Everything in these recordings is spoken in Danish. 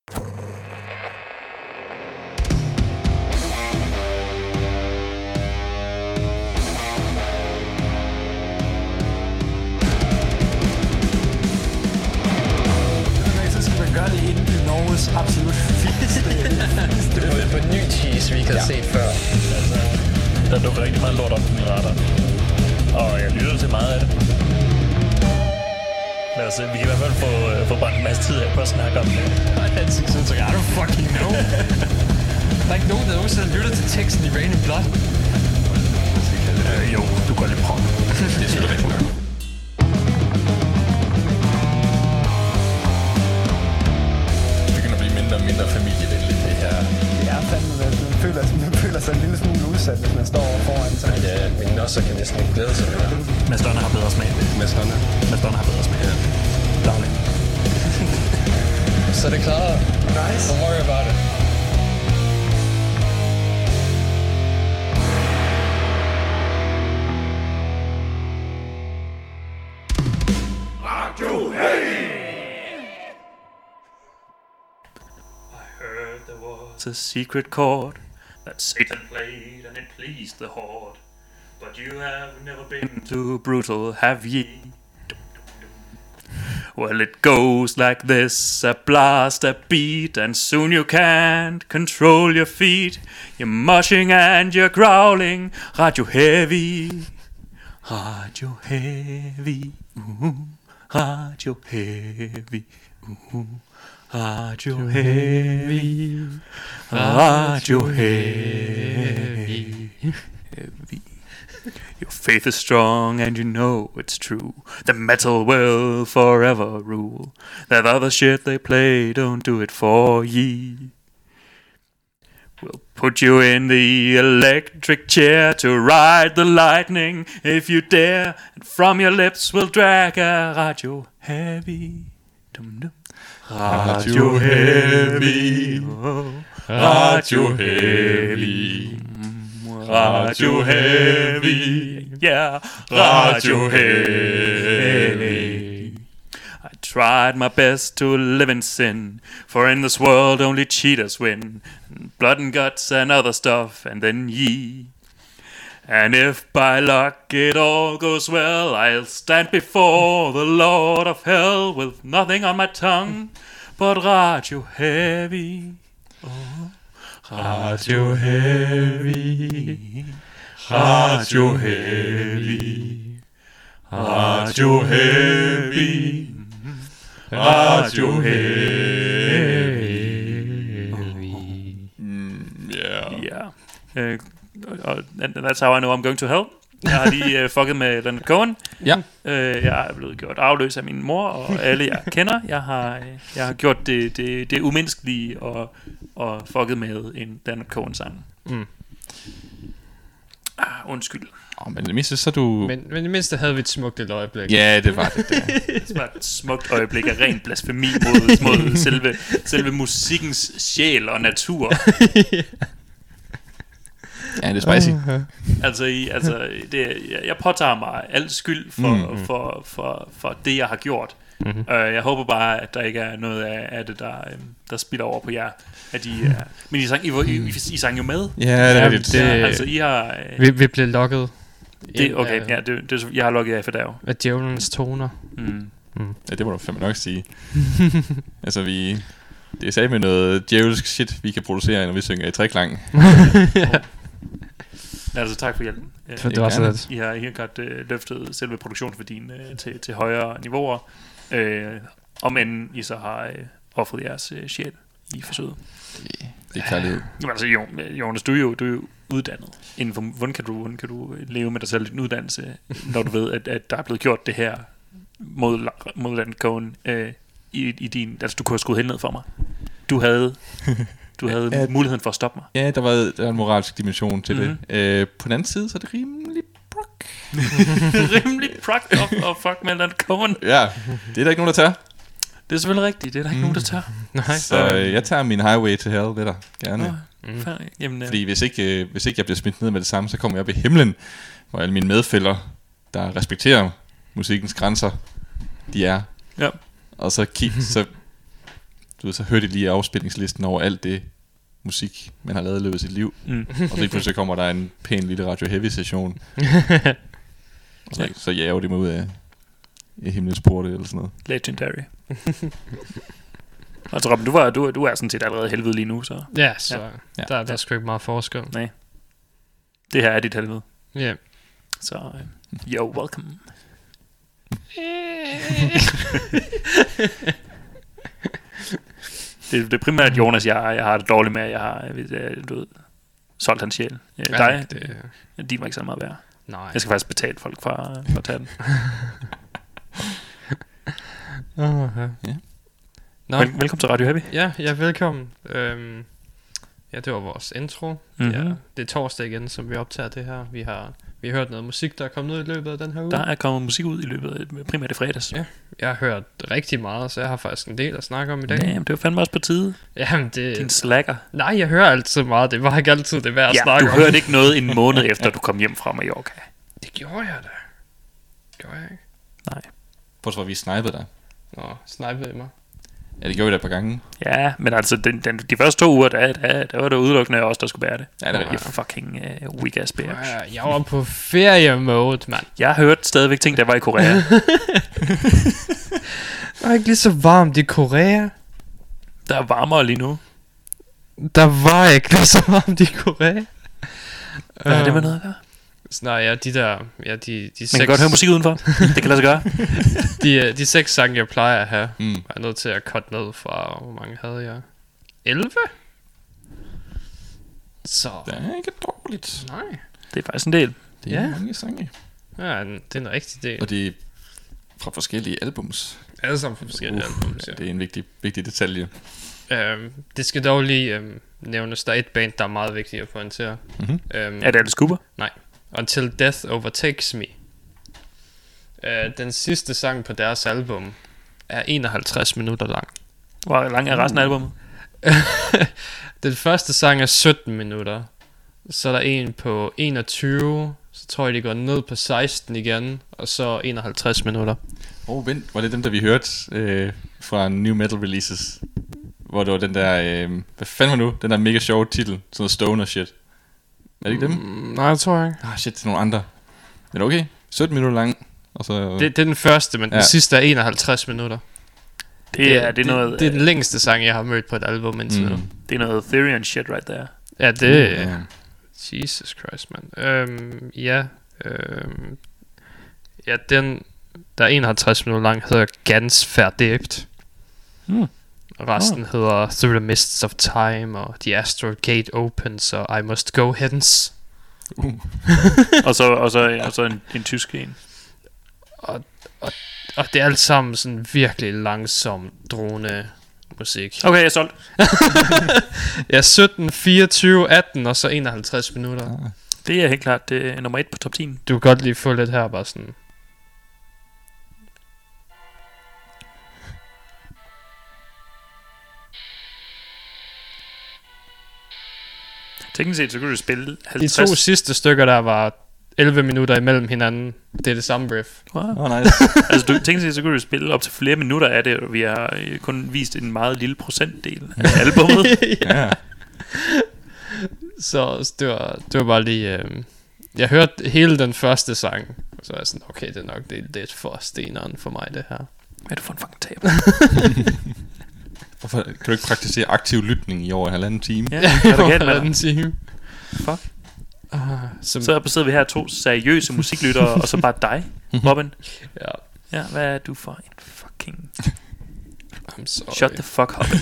Absolut fedeste. Det er på en ny cheese, vi ikke har set før. Altså, der dukker rigtig meget lort op på min radar. Og jeg lytter til meget af det. Lad os se, vi kan i hvert fald få brændt en masse tid af på at snakke om det. Så I don't fucking know. Der er ikke nogen, der nogensinde lytter til teksten i Rain in Blood. Jo, du går lidt prøve. Det er selvfølgelig rigtigt. Mindre familievenligt, det her. Det er fandme, man føler sig en lille smule udsat, hvis man står foran sig. Ja, min nosser kan næsten ikke glæde sig mere. Mads Donner har bedre smag. Mads Donner har bedre smag. Ja. Dagligt. Så er det klaret. Nice. Don't worry about it. It's a secret chord that Satan played and it pleased the horde. But you have never been too brutal, have ye? Well, it goes like this, a blast, a beat, and soon you can't control your feet. You're mushing and you're growling, Radio Heavy, Radio Heavy, Radio Heavy, Radio Heavy, Radio Heavy. Your faith is strong and you know it's true. The metal will forever rule. That other shit they play don't do it for ye. We'll put you in the electric chair to ride the lightning if you dare. And from your lips we'll drag a Radio Heavy. Dum-dum. Radio Heavy, Radio Heavy, Radio Heavy, yeah, Radio Heavy. I tried my best to live in sin, for in this world only cheaters win, and blood and guts and other stuff, and then ye. And if by luck it all goes well, I'll stand before the Lord of Hell with nothing on my tongue but Radio Heavy. Oh, Radio Heavy, Radio Heavy, Radio Heavy, Radio Heavy. Yeah. That's how I know I'm going to hell. Jeg har lige fucket med Leonard Cohen. Ja. Jeg er blevet gjort arveløs af min mor og alle jeg kender. Jeg har gjort det umenneskelige og fucket med en Leonard Cohen sang. Undskyld. Men det mindste så du... Men det mindste havde vi et smukt lille øjeblik. Ja, det var det. Det var et smukt øjeblik af ren blasfemi mod selve musikkens sjæl og natur. Ja, det er spicy. Jeg påtager mig alt skyld for det jeg har gjort. Jeg håber bare at der ikke er noget af det der spiller over på jer. At men I sang jo med. Ja, det er det. Altså I har vi blev lukket. Okay, ja, jeg har lukket af for dag. Af djævelens toner. Ja, det må du fandme nok sige. Altså det er sagde med noget djævelsk shit vi kan producere når vi synger i treklang. Altså tak for hjælpen. Det var så lidt. I har helt godt løftet selve produktionsværdien til højere niveauer. Om end I så har offret jeres sjæl i forsøget. Det er kærlighed. Jamen altså Jonas, du er jo uddannet inden for, hvordan kan du leve med dig selv i din uddannelse, når du ved at der er blevet gjort det her mod Leonard Cohen i din, altså du kunne have skruet helt ned for mig. Du havde muligheden for at stoppe mig. Ja, der var en moralsk dimension til det. På den anden side så er det rimelig brok. Rimelig brok og fuck med Leonard Cohen. Ja, det er der ikke nogen der tør. Det er selvfølgelig rigtigt. Det er der ikke nogen der tør. Nej. Så jeg tager min highway to hell ved dig gerne. Jamen, fordi hvis ikke jeg bliver smidt ned med det samme, så kommer jeg op i himlen, hvor alle mine medfælder, der respekterer musikkens grænser, de er. Ja. Og så du ved, så hørte de lige afspillingslisten over alt det musik, man har lavet i løbet af sit liv. Og så pludselig kommer der en pæn lille Radio Heavy session. Og så jager de mig ud af himlens porte eller sådan noget. Legendary. Altså Robin, du er sådan set allerede helvede lige nu, så... Ja, så der er sgu ikke meget forskel. Nej. Det her er dit helvede. Ja. Yeah. Så, you're welcome. det er primært Jonas, jeg har det dårligt med, jeg har du ved, solgt hans sjæl. Dig, de var ikke så meget værd. Nej. Jeg skal faktisk betale folk for at tage den. Ja. Velkommen til Radio Happy. Ja, velkommen. Ja, det var vores intro. Mm-hmm. Ja, det er torsdag igen, som vi optager det her. Vi har hørt noget musik, der er kommet ud i løbet af den her uge. Der er kommet musik ud i løbet af primært i fredags. Ja, jeg har hørt rigtig meget, så jeg har faktisk en del at snakke om i dag. Jamen, det var fandme også på tide. Jamen, det... Din slacker. Nej, jeg hører altid meget. Det var ikke altid det værd at snakke om. Du hørte ikke noget en måned efter, du kom hjem fra Mallorca. Det gjorde jeg da. Gjorde jeg ikke? Nej. Prøv at vi snipede dig. Nå, snipede mig. Ja, det gjorde vi da et par gange. Ja, men altså, de første 2 uger, der var det udelukkende os, der skulle bære det. Ja, det var det. Fucking weak ass bitch. Jeg var på ferie-mode, mand. Jeg hørte stadigvæk ting, der var i Korea. Det var ikke lige så varmt i Korea. Der er varmere lige nu. Der var ikke lige så varmt i Korea. Hvad er det med noget at gøre? Nej, ja, de der... Ja, de Man kan godt høre musik udenfor. Det kan lade sig gøre. de 6 sange, jeg plejer at have, var jeg nødt til at cutte ned fra... Hvor mange havde jeg? 11? Så... Det er ikke dårligt. Nej. Det er faktisk en del. Det er mange sange. Ja, det er en rigtig del. Og det er fra forskellige albums. Alle sammen fra forskellige albums, ja. Det er en vigtig detalje. Det skal dog lige nævnes, der er et band, der er meget vigtigt at pointere. Mm-hmm. Er det Alice Cooper? Nej. Until Death Overtakes Me. Den sidste sang på deres album er 51 minutter lang. Hvor lang er resten af albumet? Den første sang er 17 minutter. Så er der en på 21. Så tror jeg, de går ned på 16 igen. Og så 51 minutter. Vent, var det dem, der vi hørte fra New Metal Releases? Hvor det var den der, hvad fanden var nu? Den der mega sjove titel, sådan noget stoner shit. Er det ikke dem? Nej, jeg tror ikke. Shit, det er nogle andre. Men okay, 17 minutter lang. Og så, det er den første, men den sidste er 51 minutter. Det er noget... Det er den længste sang, jeg har mødt på et album indtil nu. Det er noget Therian shit right there. Ja, det... Jesus Christ, man. Ja, den... Der er 51 minutter lang, hedder Ganz Verdirbt. Resten hedder Through the Mists of Time, og The Astral Gate Opens, og I Must Go Hence. og så en tysk en. Og det er alt sammen sådan virkelig langsom drone musik. Okay, jeg er solgt. Ja, 17, 24, 18 og så 51 minutter. Det er helt klart, det er nummer 1 på top 10. Du kan godt lige få lidt her, bare sådan. Teknisk set, så kunne du spille 50. De 2 sidste stykker, der var 11 minutter imellem hinanden. Det er det samme riff. Wow. Nice. Altså, teknisk set, så kunne du spille op til flere minutter af det, og vi har kun vist en meget lille procentdel af albumet. Ja. Så det var bare lige... jeg hørte hele den første sang, og så var jeg sådan, okay, det er nok lidt for steneren for mig, det her. Hvad er du for en fucking taber? Hvorfor kan du ikke praktisere aktiv lytning i over 1,5 time? Ja, hvad er der galt med dig? time. Fuck. Så sidder vi her 2 seriøse musiklyttere, og så bare dig, Robin. Ja, hvad er du for en fucking... I'm sorry. Shut the fuck up.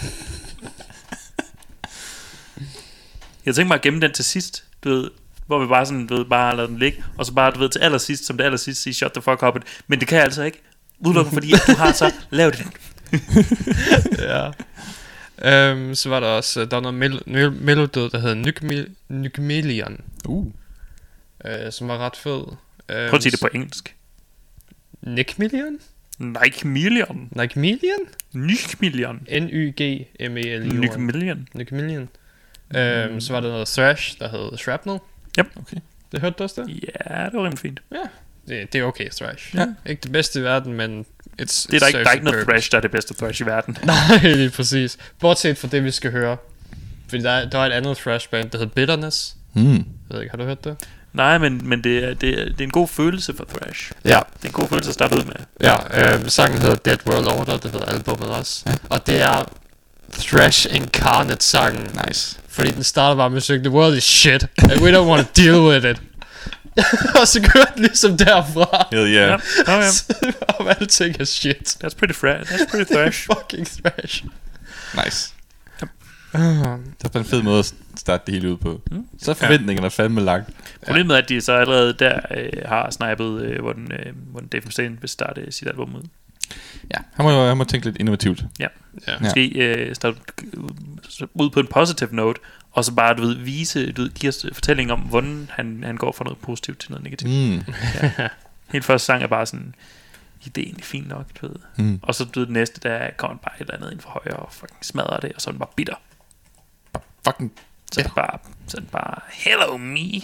Jeg tænkte mig at gemme den til sidst, du ved, hvor vi bare sådan, du ved, bare lader den ligge, og så bare, du ved, til allersidst, som det allersidst, sige shut the fuck up. Men det kan jeg altså ikke, udelukkende fordi, at du har så lavet det. Ja. Så var der også, der var noget melodød, der hedder Nykmelion. Som var ret fed. Prøv at sige det på engelsk. Nykmelion? Nykmelion. Nykmelion. Nykmelion. Så var der noget thrash, der hed Shrapnel. Yep. Okay. Det hørte du også det? Ja, det var rimelig fint. Ja, det er okay thrash. Ja. Ikke det bedste i verden, men Det er der ikke noget thrash, der er det bedste thrash i verden. Nej, lige præcis. Bortset fra det, vi skal høre. Fordi der er et andet thrash band, der hedder Bitterness. Jeg ved ikke, har du hørt det? Nej, men det er en god følelse for thrash. Ja. Det er en god følelse at starte ud med. Ja, sangen hedder Dead World Order, det hedder albumet også. Ja. Og det er thrash incarnate sangen. Nice. Fordi den starter bare med at synge, the world is shit, and we don't want to deal with it. Og så kører den ligesom derfra. Hell yeah. Om alting er shit. That's pretty thrash. Fucking thrash. Nice. Det er en fed måde at starte det hele ud på. Så er forventningerne fandme langt. Problemet er, at de så allerede der har snipet, hvordan Dave Mustaine vil starte sit album ud. Ja, han må tænke lidt innovativt. Ja. Måske starte ud på en positive note, og så bare, give os fortælling om, hvordan han går fra noget positivt til noget negativt. Ja. Helt første sang er bare sådan, ideen er fint nok, du ved. Og så det næste, der kommer bare et eller andet ind for højre, og fucking smadrer det, og så er den bare bitter. Fucking så er det bare hello me.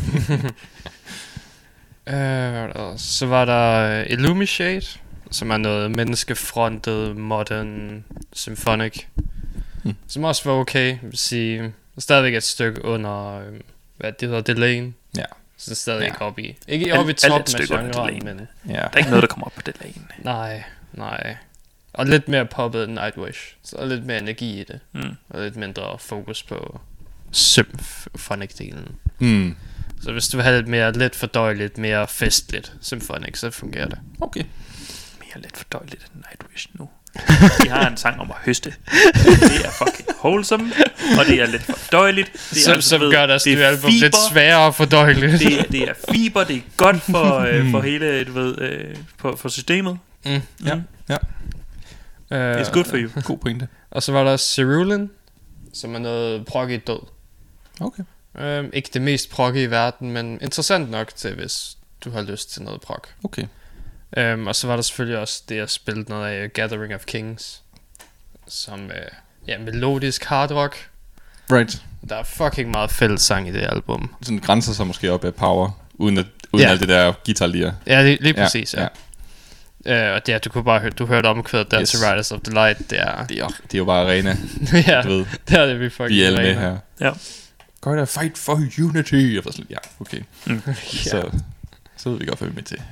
Så var der Illumishade, som er noget menneskefrontet modern symphonic, som også var okay. Jeg vil sige, stadigvæk et stykke under hvad det hedder, Delane. Ja. Så det er stadig ikke oppe i. Ikke oppe i toppen af genren, men der er ikke noget, der kommer op på Delane. Nej. Og lidt mere poppet end Nightwish. Så er lidt mere energi i det. Og lidt mindre fokus på symphonic-delen. Så hvis du vil have lidt fordøjeligt, mere festligt symphonic, så fungerer det. Okay. Mere lidt fordøjeligt end Nightwish nu. De har en sang om at høste. Det er fucking wholesome, og det er lidt fordøjeligt. Som gør deres nye album lidt sværere fordøjeligt. Det er fiber, det er godt for hele, du ved, for systemet. Ja. It's good for you. God pointe. Og så var der Cerulin, som er noget prog i død. Okay. Ikke det mest prog i verden, men interessant nok til, hvis du har lyst til noget prog. Okay. Og så var der selvfølgelig også det, jeg spillede noget af Gathering of Kings, som melodisk hard rock. Right. Der er fucking meget fællessang i det album. Sådan grænser sig måske op af power, uden alt det der guitar-lir. Ja, lige præcis, ja. Og det er, du kunne bare høre, du hørte omkvædet Dance Riders of the Light. Det er jo bare arena. Ja, du ved. det er det, vi fucking vi er alle med her. Ja. Går der fight for unity? Og sådan, ja, okay. Så ved vi godt, hvad vi er med til.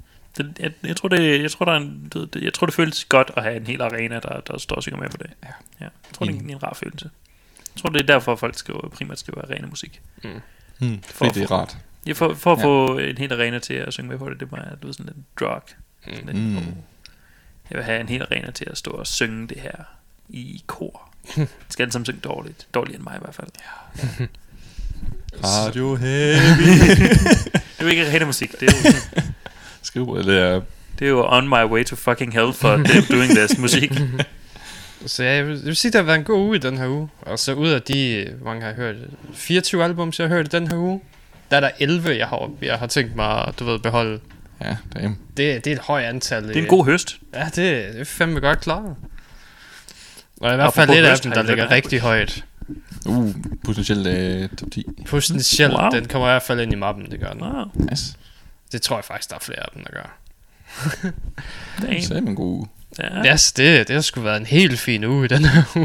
Jeg tror det føles godt at have en hel arena, der står og synger med på det. Ja. Jeg tror det er en rar følelse. Jeg tror det er derfor folk primært skriver arena musik. Fordi det er rart. Ja, for at få en hel arena til at synge med på det. Det er bare sådan lidt drug. Jeg vil have en hel arena til at stå og synge det her i kor. Det skal alle sammen synge dårligere end mig i hvert fald. Ja. Radio Heavy. Det er jo ikke arena musik. Det er jo skriv det er jo on my way to fucking hell for them doing this musik. Så jeg vil sige, der har været en god uge i den her uge. Og så ud af de, mange har jeg hørt, 24 albums, jeg har hørt i den her uge, der er der 11, jeg har tænkt mig, du ved, beholde. Ja, damn. Det er et højt antal. Det er en god høst. Ja, det er fandme godt klaret. Og i hvert fald lidt af dem, der ligger rigtig højt. Potentielt top 10. Potentielt, den kommer i hvert fald ind i mappen, det gør den. Wow. Nice. Det tror jeg faktisk, der er flere af dem, der gør. Det er en god uge. Ja, det har sgu været en helt fin uge i den her uge.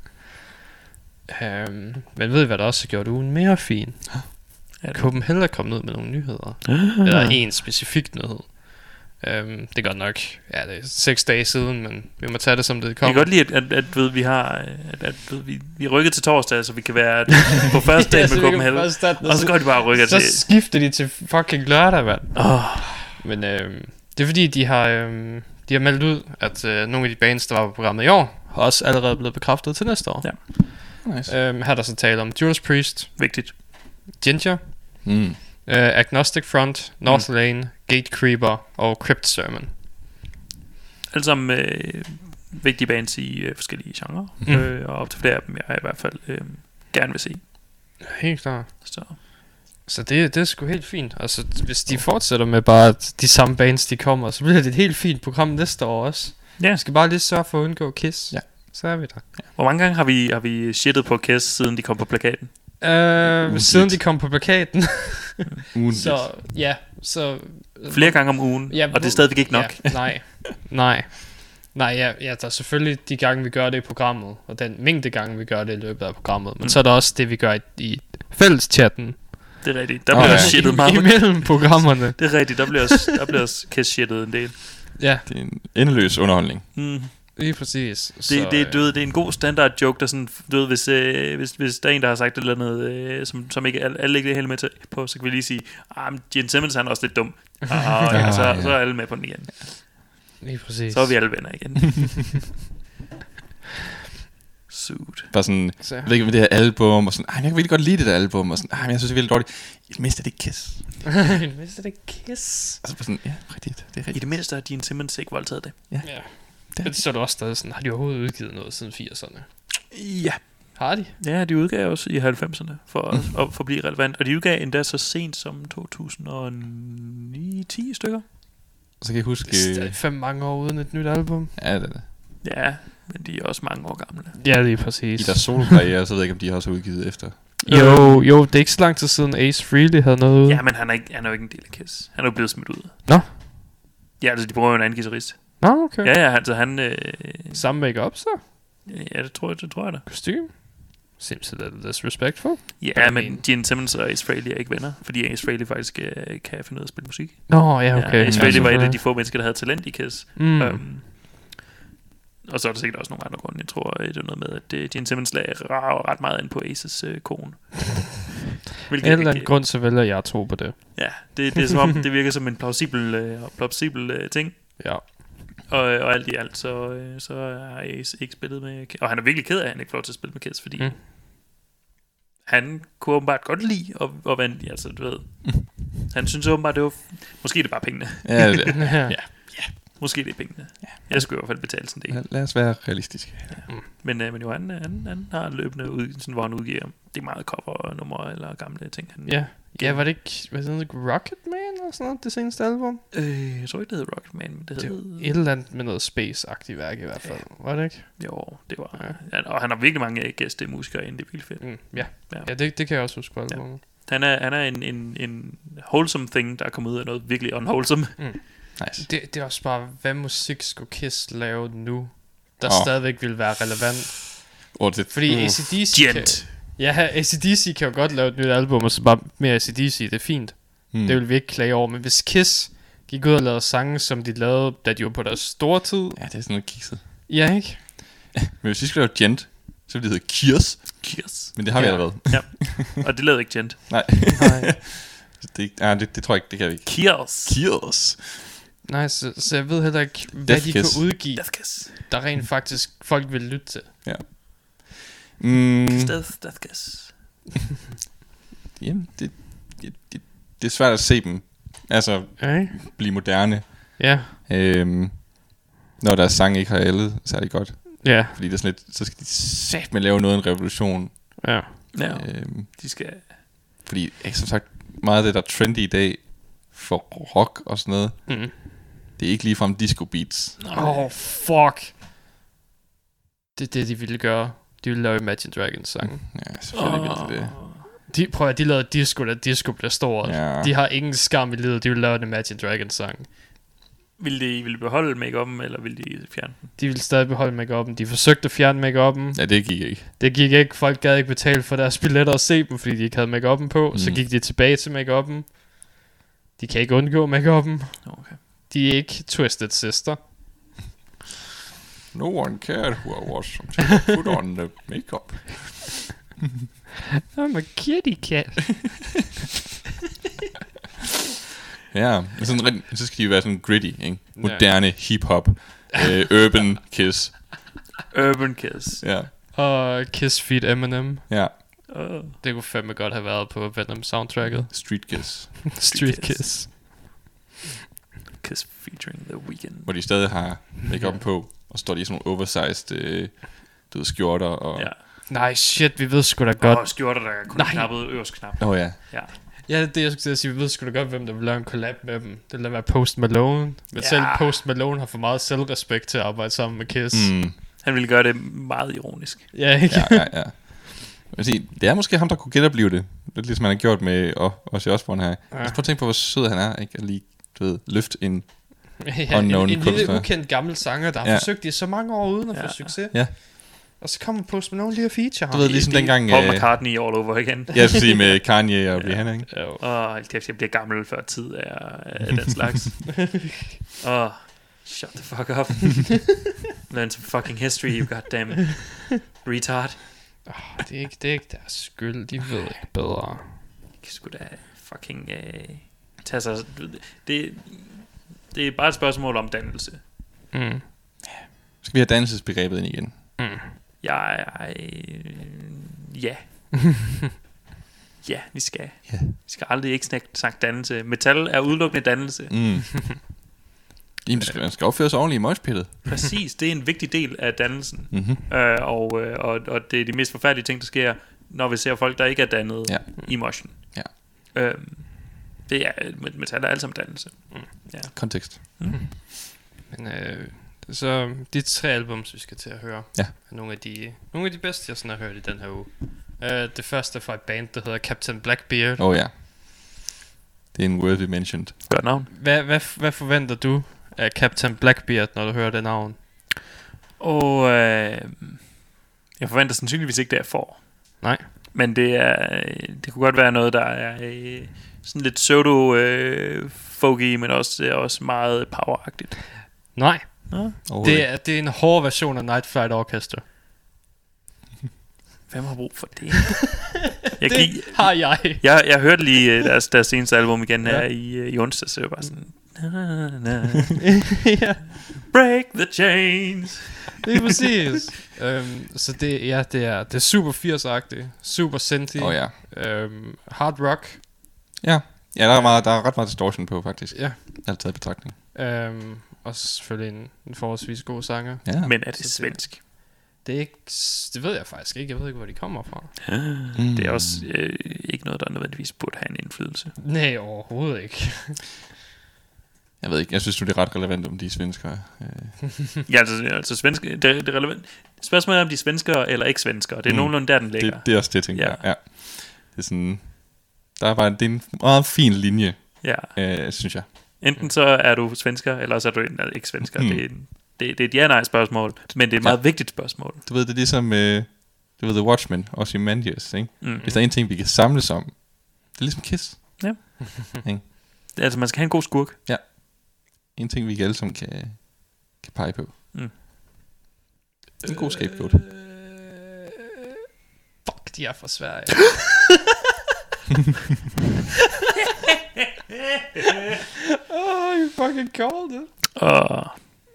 Men ved I, hvad der også har gjort ugen mere fin? Copenhagen er kommet ud med nogle nyheder. Eller en specifik nyhed. Det er godt nok, det er 6 dage siden, men vi må tage det som det kommer. Jeg kan godt lide, at ved, vi har vi er rykket til torsdag, så vi kan være på første dag med Copenhagen. Og så går de bare rykker til. Så skifter de til fucking lørdag, mand. Men det er fordi, de har meldt ud, at nogle af de bands, der var på programmet i år, har også allerede blevet bekræftet til næste år. Ja. Nice. Her er der så tale om Judas Priest, vigtigt, Ginger, Agnostic Front, North Lane, Gatecreeper og Crypt Sermon. Alle sammen vigtige bands i forskellige genrer, og op til flere af dem jeg i hvert fald gerne vil se. Helt klart. Så det er sgu helt fint. Altså hvis de fortsætter med bare de samme bands de kommer, så bliver det et helt fint program næste år også. Vi skal bare lige sørge for at undgå Kiss. Så er vi der. Hvor mange gange har vi shittet på Kiss, siden de kom på plakaten? Siden de kom på plakaten. Så flere gange om ugen, og det er stadigvæk ikke nok. Ja, nej, ja, der er selvfølgelig de gange, vi gør det i programmet, og den mængde gange, vi gør det i løbet af programmet. Men så er der også det, vi gør i fælleschatten. Det er rigtigt. Der bliver også shittet meget. Imellem programmerne. Det er rigtigt. Der bliver også kæst-shittet en del. Ja. Det er en endeløs underholdning. Lige præcis. Det er en god standard joke, der sådan, hvis der er en, der har sagt et eller andet, som ikke alle ikke er helt med til på, så kan vi lige sige, Gene Simmons, han er også lidt dum. Så er alle med på den igen. Lige præcis. Så er vi alle venner igen. Suit. Bare sådan, jeg ved ikke med det her album, og sådan, jeg kan virkelig godt lide det der album, og sådan, men jeg synes det er virkelig dårligt. I det mindste er det Kiss. I det mindste er det Kiss. Altså bare sådan, ja, rigtigt, det er rigtigt. I det mindste har Gene Simmons ikke voldtaget det. Ja. Men så er det også stadig sådan, har de overhovedet udgivet noget siden 80'erne? Ja. Har de? Ja, de udgav også i 90'erne for at blive relevant. Og de udgav endda så sent som 2009-10 stykker. Så kan jeg huske... Det er stadig 5 mange år uden et nyt album. Ja, det er det. Ja, men de er også mange år gamle. Ja, lige præcis. I deres solokarriere, så ved jeg ikke, om de også har udgivet efter. Jo, det er ikke så lang tid siden Ace Frehley havde noget ude. Ja, men han er jo ikke en del af Kiss. Han er jo blevet smidt ud. Nå? Ja, altså de bruger jo en anden guitarist. Nå, okay. Ja, altså han... Samme make-up så? Ja, det tror jeg da. Kostume? Seems a little disrespectful. Ja, men Gene Simmons og Ace Frehley er ikke venner, fordi Ace Frehley faktisk kan finde ud af at spille musik. Nå, ja, okay. Ja, Ace Frehley var et af de få mennesker, der havde talent i Kiss. Og så er der sikkert også nogle andre grunde. Jeg tror, det er noget med, at Gene Simmons lagde ret meget ind på Aces kone. En eller anden grund, så vælger jeg at tro på det. Ja, det er som om, det virker som en plausibel ting. Ja. Og alt i alt, så har Ace ikke spillet med... Og han er virkelig ked af, at han ikke får lov til at spille med Kiss, fordi han kunne åbenbart godt lide at vende, altså du ved. Han synes åbenbart, det var... Måske er det bare pengene. Ja, det er det. Ja. Måske det er pengene. Jeg skulle i hvert fald betale sådan det. Lad os være realistiske. Ja. Men jo, han har løbende sådan, hvor han udgiver. Det er meget cover-numre eller gamle ting. Ja, var det ikke Rocket Man eller sådan noget, det seneste album? Jeg tror ikke, det hed Rocket Man, men det hed... Et eller andet med noget space-agtigt værk i hvert fald, var det ikke? Jo, det var... Ja. Og han har virkelig mange gæstemusikere inde, det er virkelig fedt. Ja, det kan jeg også huske på albumet. Han er en wholesome thing, der er kommet ud af noget virkelig unwholesome. Nice. Det er også bare, hvad musik skulle Kiss lave nu, der stadigvæk ville være relevant? Fordi AC/DC AC/DC kan jo godt lave et nyt album, og så bare mere AC/DC, det er fint. Det vil vi ikke klage over. Men hvis Kiss gik ud og lavede sange, som de lavede, da de var på deres store tid... Ja, det er sådan noget kikset. Ja, ikke? Men hvis de skulle lave Gent, så ville det hedde Kirs. Men det har vi allerede. Ja, og det lavede ikke Gent. Nej. det tror jeg ikke, det kan vi ikke. Kirs. Nej, så jeg ved heller ikke, hvad de kan udgive, der rent faktisk folk vil lytte til. Ja. Death Kiss. Jamen, det er svært at se dem. Altså, blive moderne. Ja. Når deres sang ikke har alle særlig godt. Ja. Fordi det er sådan lidt, så skal de satme lave noget en revolution. Ja. De skal... Fordi, som sagt, meget af det, der er trendy i dag for rock og sådan noget, det er ikke ligefrem disco beats. Fuck. Det er det, de ville gøre. De ville lave Imagine Dragons sang. Ja, selvfølgelig ville det. De lavede disco, da disco blev stort. Ja. De har ingen skam i livet. De ville lave en Imagine Dragons sang. Ville de beholde make-up'en, eller ville de fjerne den? De ville stadig beholde make-up'en. De forsøgte at fjerne make-up'en. Ja, det gik ikke. Det gik ikke. Folk gad ikke betale for deres billetter og se dem, fordi de ikke havde make-up'en på. Så gik de tilbage til make-up'en. De kan ikke undgå make-up'en. Okay. De er ikke Twisted Sister. No one cared who I was until I put on the makeup. I'm a kitty cat. Ja, så skal de være sådan gritty, ikke? Moderne hip-hop, urban Kiss. Urban Kiss. Ja. Og Kiss feat Eminem. Ja. Det kunne fandme godt have været på Venom soundtracket. Street Kiss. Street Kiss. Kiss featuring The Weeknd. Hvor de stadig har make-up'en på, og står de i sådan nogle oversized skjorter og... Ja. Nej, shit, vi ved sgu da godt. Skjorter, der kun knappet øverst knap. Ja. Ja, det jeg skulle til at sige, vi ved sgu da godt, hvem der vil lave en collab med dem. Det vil da være Post Malone. Men selv Post Malone har for meget selvrespekt til at arbejde sammen med Kiss. Han ville gøre det meget ironisk. Ja, ikke? Ja. Det er måske ham, der kunne genopleve det. Det er ligesom han har gjort med Ozzy Osbourne her. Jeg prøver at tænke på, hvor sød han er, ikke? Lige, du ved, løfte en Ja, unknown en lille kunstner. ukendt gammel sanger, der har forsøgt i så mange år uden at få succes. Ja. Og så kommer Post Malone lige og feature ham. Du ved, ligesom dengang... Paul McCartney all over igen. Jeg skulle sige med Kanye og Rihanna, ikke? Kæft, jeg bliver gammel før tid af den slags. Shut the fuck up. Learn some fucking history, you goddamn retard. Det er ikke deres skyld, de ved ikke bedre. Jeg kan sgu da fucking tage sig... Det er bare et spørgsmål om dannelse. Skal vi have dannelsesbegrebet ind igen? Ja. Ja, vi skal. Ja. Vi skal aldrig ikke snakke dannelse. Metal er udelukkende dannelse. Jamen, man skal opføre sig ordentligt i moshpittet. Præcis, det er en vigtig del af dannelsen. Mm-hmm. Og det er de mest forfærdelige ting, der sker, når vi ser folk, der ikke er dannet i motion. Ja. Det er, metal er alt sammen dannelse. Ja. Kontekst. Men så de 3 albums, vi skal til at høre, er nogle af de bedste, jeg sådan har hørt i den her uge. Det første er fra et band, der hedder Captain Blackbeard. Ja. Det er en worthy mentioned. Godt navn. Hvad forventer du af Captain Blackbeard, når du hører det navn? Jeg forventer sandsynligvis ikke det, jeg får. Nej. Men det kunne godt være noget, der er sådan lidt pseudo-folky, men også meget poweragtigt. Nej. Nå? Det er en hård version af Night Flight Orchestra. Hvem har brug for det? Det har jeg. Jeg hørte lige deres seneste album igen her i onsdag, så det var bare sådan... Break the chains. Det er præcis. Så det er super 80'er-agtigt, super synthy, hard rock. Ja, der er ret meget distortion på, faktisk. Ja. Alt taget i betragtning. Og selvfølgelig en forholdsvis god sanger. Ja. Men er det svensk? Det ved jeg faktisk ikke. Jeg ved ikke, hvor de kommer fra. Det er også ikke noget, der nødvendigvis burde have en indflydelse. Nej, overhovedet ikke. Jeg ved ikke, jeg synes det er ret relevant, om de er svenskere. Ja, altså svenske, det er relevant. Spørgsmålet er, om de er svenskere eller ikke svenskere. Det er nogenlunde der, den ligger. Det er også det, jeg tænker. Ja. Det er sådan, det er en meget fin linje, synes jeg. Enten så er du svensker, eller så er du ikke svensker. Det er et ja-nej spørgsmål, men det er et meget vigtigt spørgsmål. Du ved, det er ligesom du ved, The Watchmen, også i Mandius, ikke? Hvis der er en ting, vi kan samles om, det er ligesom Kiss. Ja. Altså, man skal have en god skurk. Ja. En ting, vi alle sammen kan pege på. En god scapegoat. Fuck, de er fra Sverige. You fucking called it.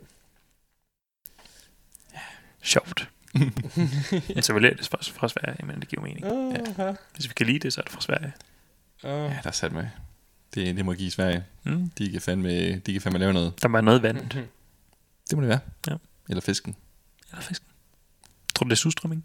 Sjovt. Selvfølgelig er det fra Sverige, men det giver mening. Hvis vi kan lide det, så er det fra Sverige. Ja, der er sat med. Det må give Sverige. De kan fandme lave noget. Der må være noget vand. Det må det være. Ja. Eller fisken. Tror du, det er surstrømming?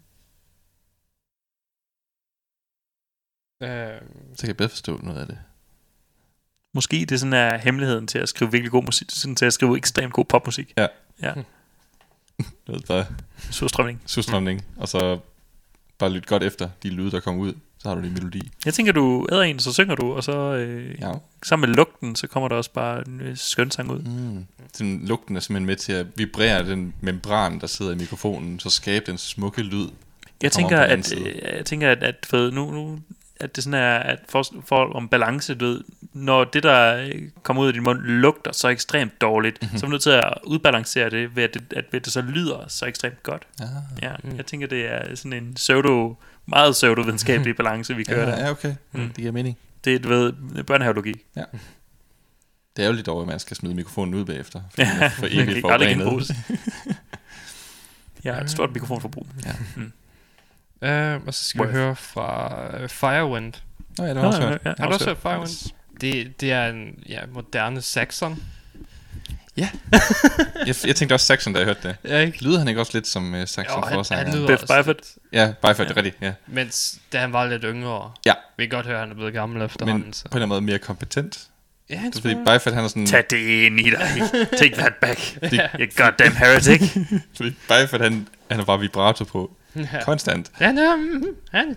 Så kan jeg bedre forstå noget af det. Måske det sådan er hemmeligheden til at skrive virkelig god musik, sådan til at skrive ekstremt god popmusik. Ja. Det er bare surstrømning. Og så bare lytte godt efter de lyde, der kommer ud. Så har du din melodi. Jeg tænker, du æder en, så synger du, og så sammen med lugten, så kommer der også bare en skøn sang ud. Den lugten er simpelthen med til at vibrere den membran, der sidder i mikrofonen, så skabe den smukke lyd. Jeg tænker, at for nu at det sådan er at for om balance, du ved, når det der kommer ud af din mund lugter så ekstremt dårligt, så er man nødt til at udbalancere det ved at det så lyder så ekstremt godt. Jeg tænker, det er sådan en meget pseudovidenskabelig balance, vi kører der. Ja, okay. Det giver mening. Det er, du ved, børnehavelogik. Ja. Det er jo lidt over, at man skal smide mikrofonen ud bagefter. For evigt forurenet. Jeg har et stort mikrofonforbrug. Og så skal vi høre fra Firewind. Ja, det var også hørt. Har du også hørt Firewind? Det er en moderne Saxon. Ja. jeg tænkte også Saxon, da jeg hørte det. Ja, ikke? Lyder han ikke også lidt som Saxon forsanger? Biff Byford. Ja, Byford, det er rigtigt, ja. Mens da han var lidt yngre. Ja. Vi kan godt høre, at han er blevet gammel efterhånden. Men på en eller anden måde mere kompetent. Ja, han fordi Byford, han er sådan... Tag det ind i dig. Take that back. You goddamn heretic. Fordi Byford, han er bare vibrato på. Konstant. Han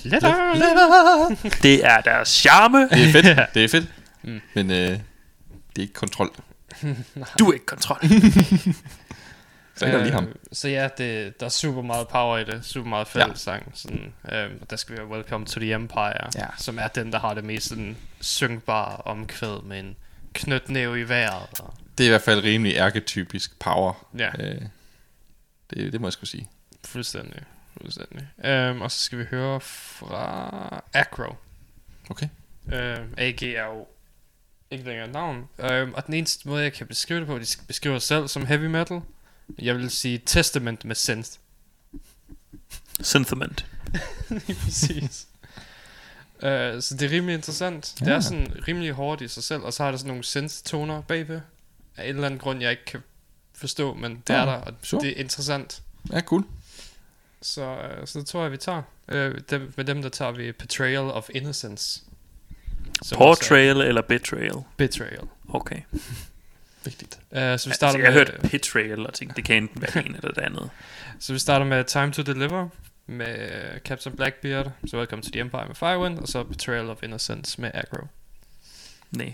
letter. Det er deres charme. Det er fedt. Men Det er ikke kontrol. Du er ikke kontrol. Så er lige ham. Så ja, der er super meget power i det. Super meget fællessang. Sådan, og der skal vi have Welcome to the Empire, som er den, der har det mest sådan syngbare omkvæd med en knytnæve i vejret. Og Det er i hvert fald rimelig arketypisk power. ja, Det må jeg sgu sige. fuldstændig. Og så skal vi høre fra Agro. Okay. AG er jo ikke længere et navn. Og den eneste måde, jeg kan beskrive det på, de beskriver sig selv som heavy metal. Jeg vil sige Testament med synth. Synthement. Lige præcis. Så det er rimelig interessant. Det er sådan rimelig hårdt i sig selv. Og så har der sådan nogle synth-toner bagved. Af en eller anden grund, jeg ikke kan forstå. Men det er der, og det er interessant. Ja, cool. Så det tror jeg, vi tager. Med dem, der tager vi Betrayal of Innocence. Portrayal eller betrayal? Betrayal. Okay. Vigtigt. Så vi starter jeg har med hørt betrayal og tænkte, det kan enten være det ene eller det andet. Så vi starter med Time to Deliver med Captain Blackbeard. Så Welcome to the Empire med Firewind. Og så Betrayal of Innocence med Aggro. Nej.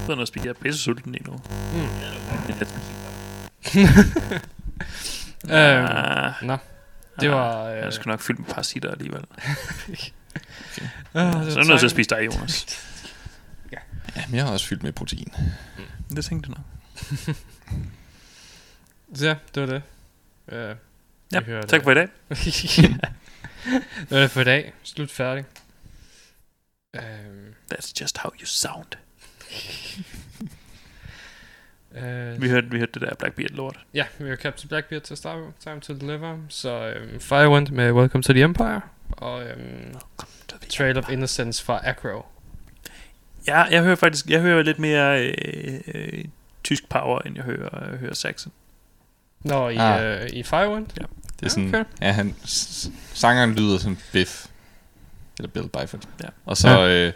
ved noget spise. Jeg er pisse sulten lige nu. Nå, det var... Jeg skal nok fylde med parasitter alligevel. Så Så er jeg nødt til at spise dig, Jonas. Ja, men jeg har også fyldt med protein. Det tænkte jeg nok. Så ja, det var det. Ja, tak for i dag. Det var det for i dag. Slut færdig. That's just how you sound. Vi hørte det der Blackbeard lort. Ja, vi har Captain Blackbeard til at starte med. Time to Deliver. Så Firewind med Welcome to the Empire. Og Trail of Innocence fra Acro. Ja, jeg hører lidt mere tysk power, end jeg hører Saxon. Nå, i Firewind? Ja. Det er sådan, okay. ja, sangeren lyder som Biff. Eller Bill Byford. Ja. Og så,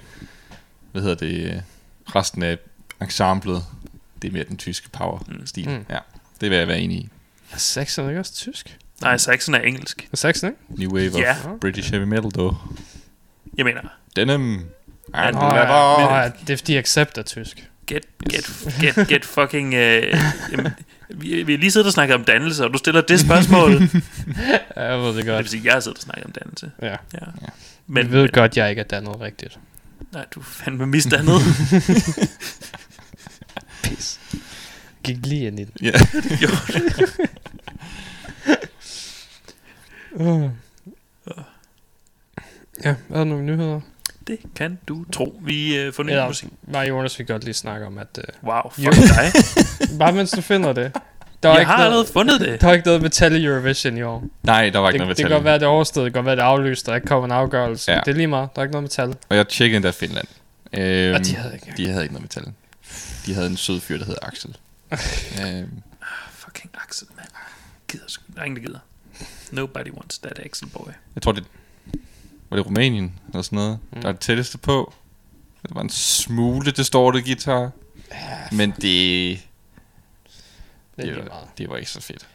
resten af ensemblet, det er mere den tyske power-stil. Ja, det vil jeg være enig i. Er Saxon ikke også tysk? Nej, Saxon er engelsk. Er Saxon ikke? New wave of British heavy metal, dog. Jeg mener... Denim. Det er fordi Accept er tysk. Get fucking... vi har lige siddet og snakket om dannelse, og du stiller det spørgsmål. Jeg ved det godt. Det vil sige, jeg har siddet og snakket om dannelse. Ja. Men jeg ved godt, jeg ikke er dannet rigtigt. Nej, du er fandme misdannet. Pis. Gik lige ind i den. Ja. Jo. Ja, er der nogle nyheder? Det kan du tro. Vi får ny musik. Nej, Jonas, vi kan godt lige snakke om, at... Wow, fuck dig. Bare mens du finder det. Jeg har allerede fundet det. Der er ikke noget metal i Eurovision i år. Nej, der var ikke noget metal. Det kan godt være, det er overstået. Det kan godt være, det er aflyst. Der ikke kommer en afgørelse. Ja. Det er lige meget. Der er ikke noget metal. Og jeg tjekkede endda Finland. Og de havde ikke. De havde ikke noget metal. De havde en sød fyr, der hedder Axel. Fucking Axel, mand. Gider sgu. Der er ingen, der gider. Nobody wants that Axel boy. Jeg tror, var det Rumænien eller sådan noget, der er det tætteste på. Det var en smule distorted guitar. Men det var ikke så fedt.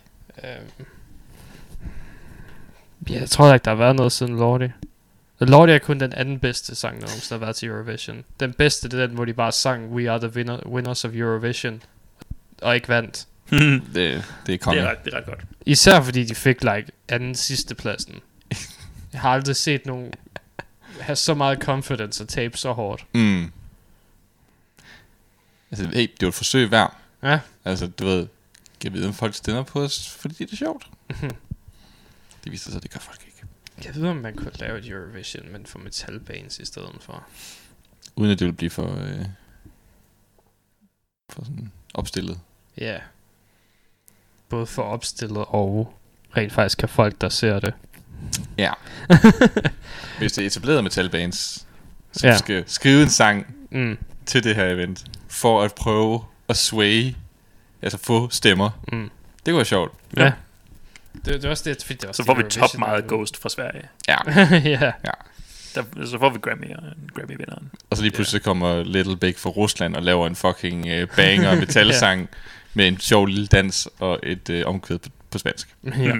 Jeg tror ikke, der har været noget siden Lordi. Lordi er kun den anden bedste sang, der nogensinde har været til Eurovision. Den bedste, det er den, hvor de bare sang We are the winners of Eurovision. Og ikke vandt. Det er konge. Det er ret godt. Især fordi de fik anden sidste pladsen. Jeg har aldrig set nogen have så meget confidence og tabe så hårdt. Altså, hey, det var et forsøg hver. Ja. Altså, du ved, jeg ved, om folk stemmer på os, fordi det er sjovt. Det viser sig, at det gør folk ikke. Jeg ved, om man kunne lave et Eurovision, men for metalbands i stedet for. Uden at det ville blive for sådan opstillet. Ja. Yeah. Både for opstillet og rent faktisk kan folk, der ser det. Ja. Hvis det er etableret metalbands, som skal skrive en sang til det her event, for at prøve at sway, altså få stemmer. Det var sjovt. Ja. Det er også det, fordi det også så får vi top meget Ghost fra Sverige. Ja. Ja. Så får vi Grammy-vinderen. Og så lige pludselig kommer Little Big fra Rusland og laver en fucking banger metalsang med en sjov lille dans og et omkvæd på spansk. Ja.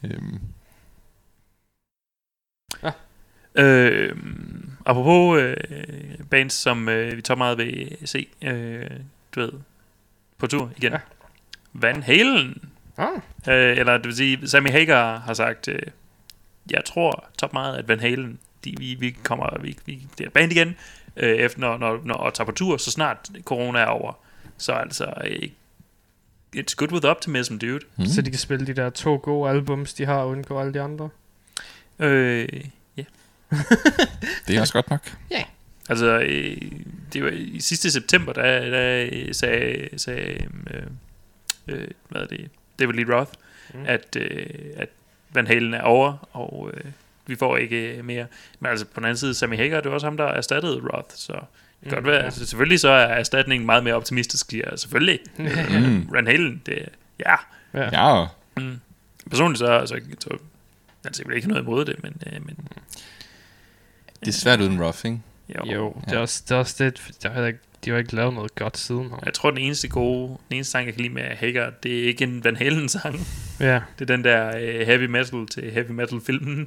Apropos bands, som vi tager meget ved se, du ved, på tur igen. Van Halen. Eller det vil sige, Sammy Hagar har sagt, jeg tror top meget, at Van Halen, vi det er band igen, efter når tager på tur, så snart corona er over. Så altså, it's good with optimism, dude. Så de kan spille de der 2 gode albums, de har, og undgå alle de andre. Ja. Det er også godt nok. Ja. Yeah. Altså, det var i sidste september, der sagde hvad er det? David Lee Roth, at Van Halen er over, og vi får ikke mere. Men altså på den anden side, Sammy Hagar, det var også ham, der erstattede Roth, så det kan godt være. Altså, selvfølgelig så er erstatningen meget mere optimistisk, ja, selvfølgelig. Van Halen, det ja. Personligt så altså jeg vil ikke have noget imod det, men det er svært uden Roth, ikke? Jo, det er også det, de har ikke lavet noget godt siden. Jeg tror, den eneste sang, jeg kan lide med Hagar, det er ikke en Van Halen-sang. Ja. Det er den der heavy metal til heavy metal-filmen. .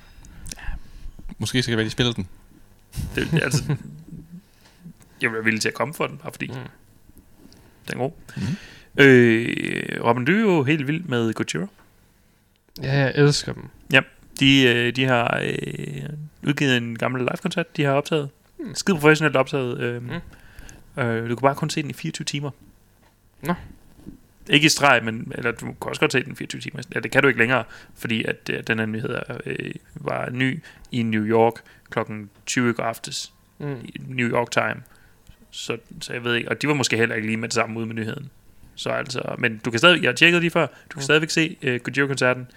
Måske skal det være, de spiller den. Det, altså, jeg bliver villig til at komme for den, bare fordi den er god. Robin, du er jo helt vild med Gojira. Ja, jeg elsker dem. Ja, de har udgivet en gammel live-koncert, de har optaget. Skide professionelt optaget. Du kan bare kun se den i 24 timer. Nå. Ikke i streg, men eller du kan også godt se den i 24 timer. Ja, det kan du ikke længere, fordi at den her nyhed var ny i New York klokken 20 i aftes. I New York time. Så jeg ved ikke, og de var måske heller ikke lige med det samme ude med nyheden. Så altså, men du kan stadig, jeg har tjekket lige før, du kan stadigvæk se Gojira-koncerten.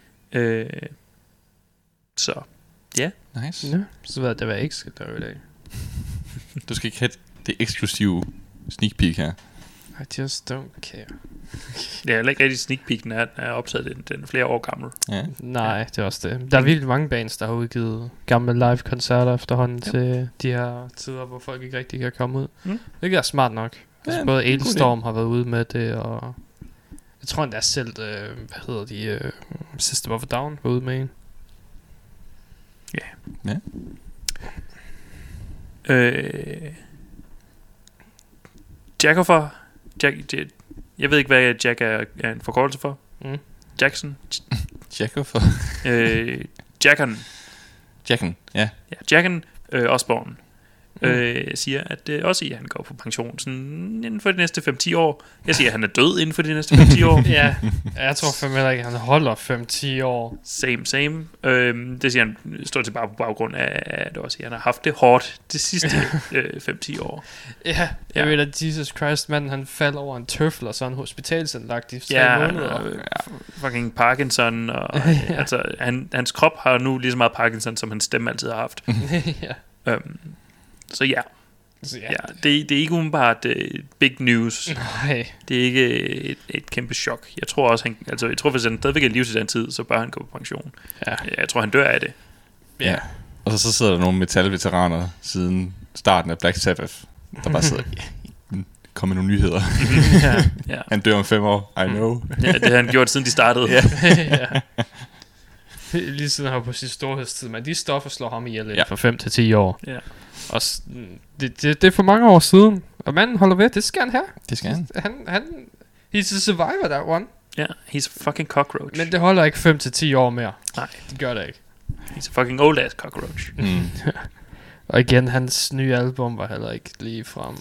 Så ja. Nice. Ja, så hvad det var ikke skal der i dag. Du skal ikke have det eksklusive sneak peek her. I just don't care. Det er heller ikke rigtig sneak peek, den er optaget, den er flere år gammel. Ja. Nej, det er også det. Der er virkelig mange bands, der har udgivet gamle live-koncerter efterhånden til de her tider, hvor folk ikke rigtig kan komme ud. Det er smart nok. Ja, altså, både Alestorm har været ude med det, og jeg tror endda selv, hvad hedder de, System of a Down var ude med en. Ja. Jeg ved ikke, hvad Jack er en forkortelse for. Jackson. Jackofer. Jacken. Ja. Ja, Jacken Osborne siger, at også han går på pension sådan inden for de næste 5-10 år. Jeg siger, at han er død inden for de næste 5-10 år. Ja, jeg tror fandme heller ikke, at han holder 5-10 år. Same. Det siger han, står til bare på baggrund af, at også han har haft det hårdt de sidste 5-10 år. Ja, jeg ved, at Jesus Christ, manden, han faldt over en tøffel, og så en hospitalsindlagt i 3 måneder. Fucking Parkinson, og altså, hans krop har nu lige så meget Parkinson, som hans stemme altid har haft. Ja. Så ja, det er ikke umiddelbart big news. Nej. Det er ikke et kæmpe chok. Jeg tror også, hvis han stadigvæk er i liv til den tid, så bør han gå på pension. Ja. Jeg tror, han dør af det. Ja. Og så sidder der nogle metalveteraner siden starten af Black Sabbath, der bare sidder, kom med nogle nyheder. Ja. Han dør om 5 år, I know. Ja, det har han gjort, siden de startede. Ja. Lige siden han var på sin storhedstid, men de stoffer slår ham ihjel for 5 til 10 år. Ja. Og det er for mange år siden. Og manden holder ved, det skal han have. Det skal han. He's a survivor, that one. Ja, he's a fucking cockroach. Men det holder ikke 5 til 10 år mere. Nej, det gør det ikke. He's a fucking old ass cockroach. Og igen, hans nye album var heller ikke lige frem.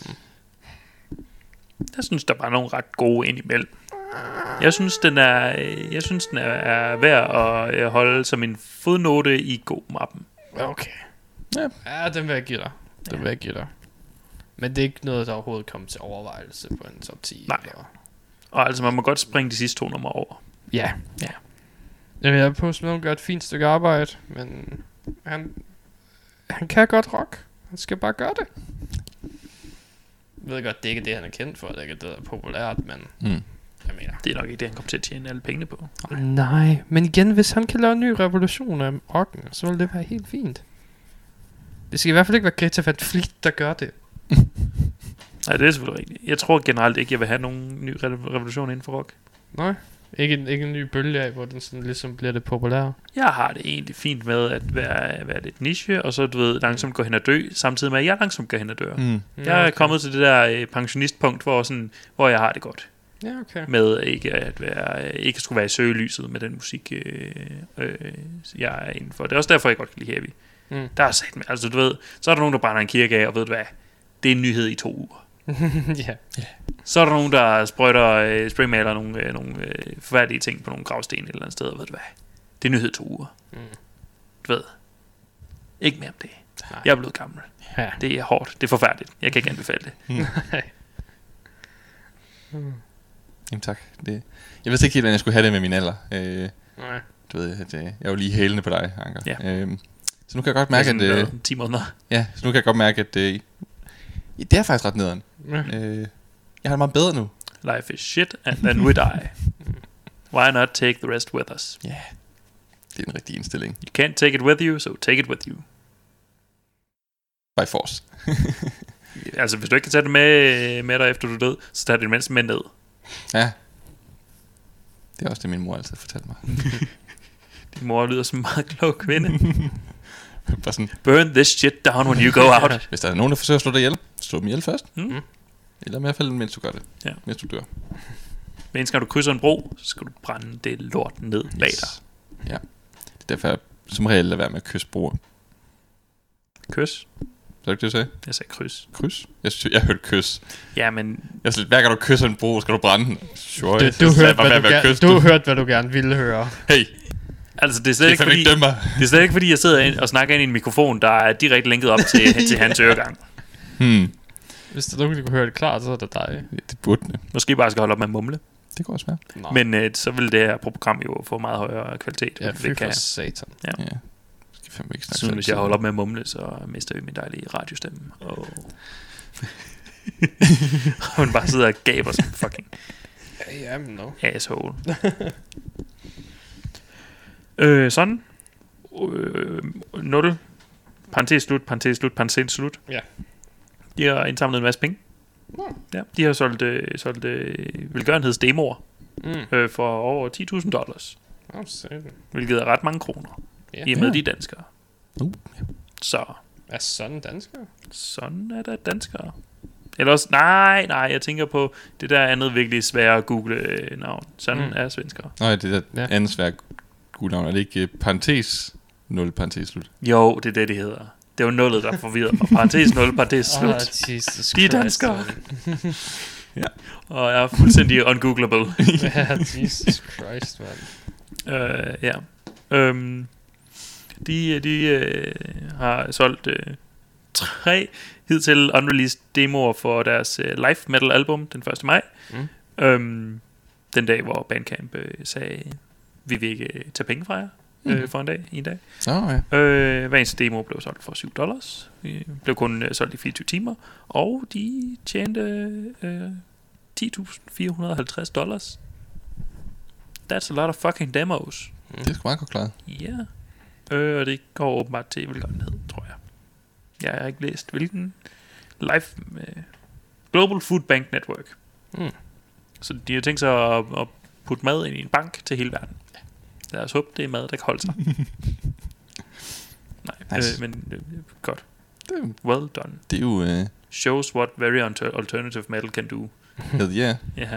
Jeg synes, der var nogle ret gode indimellem. Jeg synes, den er værd at holde som en fodnote i god-mappen. Okay. Ja, den vil jeg give dig. Men det er ikke noget, der overhovedet kommer til overvejelse på en top 10. Nej. Eller? Og altså, man må godt springe de sidste 2 numre over. Ja. Jeg er på Smell gør et fint stykke arbejde, men han kan godt rock. Han skal bare gøre det. Jeg ved godt, det er ikke det, han er kendt for. Det er ikke det, der er populært, men jeg mener, det er nok ikke det, han kommer til at tjene alle pengene på. Nej, men igen, hvis han kan lave en ny revolution af rocken, så vil det være helt fint. Det skal i hvert fald ikke være Greta Van Fleet, der gør det. Nej, det er selvfølgelig rigtigt. Jeg tror generelt ikke, jeg vil have nogen ny revolution inden for rock. Nej, ikke en ny bølge af, hvor den sådan ligesom bliver det populære. Jeg har det egentlig fint med at være lidt niche, og så du ved, langsomt gå hen og dø, samtidig med at jeg langsomt går hen og dør. Jeg er kommet til det der pensionistpunkt, hvor jeg har det godt. Ja, okay. Med ikke skulle være i søgelyset med den musik, jeg er inden for. Det er også derfor, jeg godt kan lide heavy. Der er sagt med, altså du ved, så er der nogen, der brænder en kirke af, og ved du hvad, det er en nyhed i 2 uger. Ja. Så er der nogen, der spraymaler nogle forfærdelige ting på nogle gravsten et eller andet sted, og ved du hvad, det er nyhed i 2 uger. Du ved, ikke mere om det. Nej. Jeg er blevet gammel. Ja. Det er hårdt, det er forfærdeligt. Jeg kan ikke anbefale det. Jamen tak. Jeg vidste ikke helt, hvordan jeg skulle have det med min alder. Nej. Du ved, at jeg er jo lige hælende på dig, Anker. Ja. Så nu kan jeg godt mærke, at 10 måneder. Ja, så nu kan jeg godt mærke, at det er faktisk ret nederen. Jeg har det meget bedre nu. Life is shit, and then we die. Why not take the rest with us? Ja, det er en rigtig indstilling. You can't take it with you, so take it with you. By force. Altså, hvis du ikke kan tage det med dig efter du er død, så tager det mindst med ned. Ja. Det er også det, min mor altid fortalte mig. Din mor lyder som en meget klog kvinde. Bare sådan, burn this shit down when you go out. Hvis der er nogen, der forsøger at slå dig ihjel, slå dem ihjel først. Mm. Eller i hvert fald, mens du gør det. Ja. Mens du dør. Men skal du krydse en bro, så skal du brænde det lort ned bag dig. Ja. Det er derfor, jeg som regel lader være med at kysse broer. Kys. Så er det ikke det, du sagde? Jeg sagde kryds. Kryds? Jeg hørte kys. Ja, men Jeg sagde, hver gang du kysser en bro, skal du brænde den. Sure. Du hørte, hvad du gerne ville høre. Hey, altså det er slet det ikke kan fordi, ikke dømme mig. det er slet ikke fordi jeg sidder ind og snakker ind i en mikrofon, der er direkte linket op til hans øregang. Hvis der er nogen, der kunne høre det klart, så er det dig. Ja, det burde det. Måske bare skal holde op med at mumle. Det kan også være. Nej. Men så vil det her program jo få meget højere kvalitet. Ja, hvis fy det for kan. satan. Ja. Skal fandme ikke snakke Så hvis samtidig. jeg holder op med at mumle, så mister vi min dejlige radiostemme. Hun bare sidder og gaber som fucking Jamen, no. asshole. Sådan. 0. Parentes slut, parentes slut, parentes slut. Ja. De har indsamlet en masse penge. Ja, de har solgt velgørenhedsdemoer for over $10,000. Hvilket er ret mange kroner. Ja. I og med de danskere. Ja. Så Er sådan danskere? sådan er der danskere. Eller også, nej, jeg tænker på det der andet virkelig svære at google navn. Sådan er svenskere. Nej, det der Ja. andet svært guldnavn. Er det ikke parentes 0 parentes slut? Jo, det er det hedder. Det var nullet, der forvirrede mig. Parentes 0, parentes slut. Jesus De er Christ, danskere. Ja. Og jeg er fuldstændig ungooglable. Ja, Jesus Christ, man. Ja. De har solgt 3 hidtil unreleased demoer for deres live metal album den 1. maj. Den dag, hvor Bandcamp sagde, vi vil ikke tage penge fra jer for en dag. Ja. Hver eneste demo blev solgt for $7. Blev kun solgt i 24 timer. Og de tjente $10,450. That's a lot of fucking demos. Det er sgu meget godt klaret. Ja. Og det går åbenbart til velgørenhed, tror jeg. Jeg har ikke læst hvilken. Global Food Bank Network. Så de har tænkt sig at putte mad ind i en bank til hele verden. Lad os håbe, det er mad, der kan holde sig. Nej, Nice. men godt. Det, Well done. det er jo... Shows what very alternative metal can do. Hell yeah. Ja.